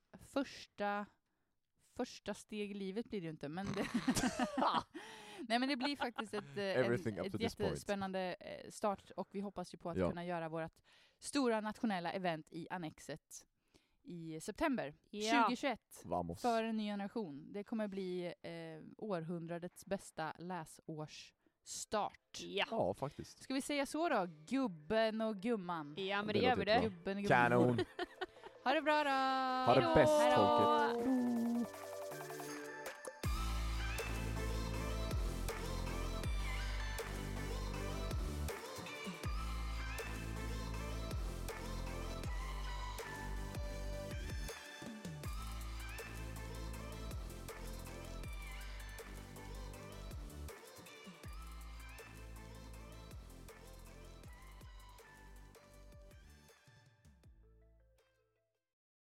S1: första steg i livet blir det ju inte, men det nej, men det blir faktiskt ett jättespännande start, och vi hoppas ju på att kunna göra vårt stora nationella event i Annexet i september 2021
S2: Vamos.
S1: för en ny generation. Det kommer bli århundradets bästa läsårsstart.
S2: Ja, faktiskt.
S1: Ska vi säga så då? Gubben och gumman.
S3: Ja, men
S2: Det
S3: det gör
S2: låter
S3: vi det.
S2: bra.
S1: Gubben och gumman.
S2: Kanon.
S1: Ha det bra då!
S2: Ha det bäst,
S3: Hejdå!
S2: folket.
S1: Hejdå!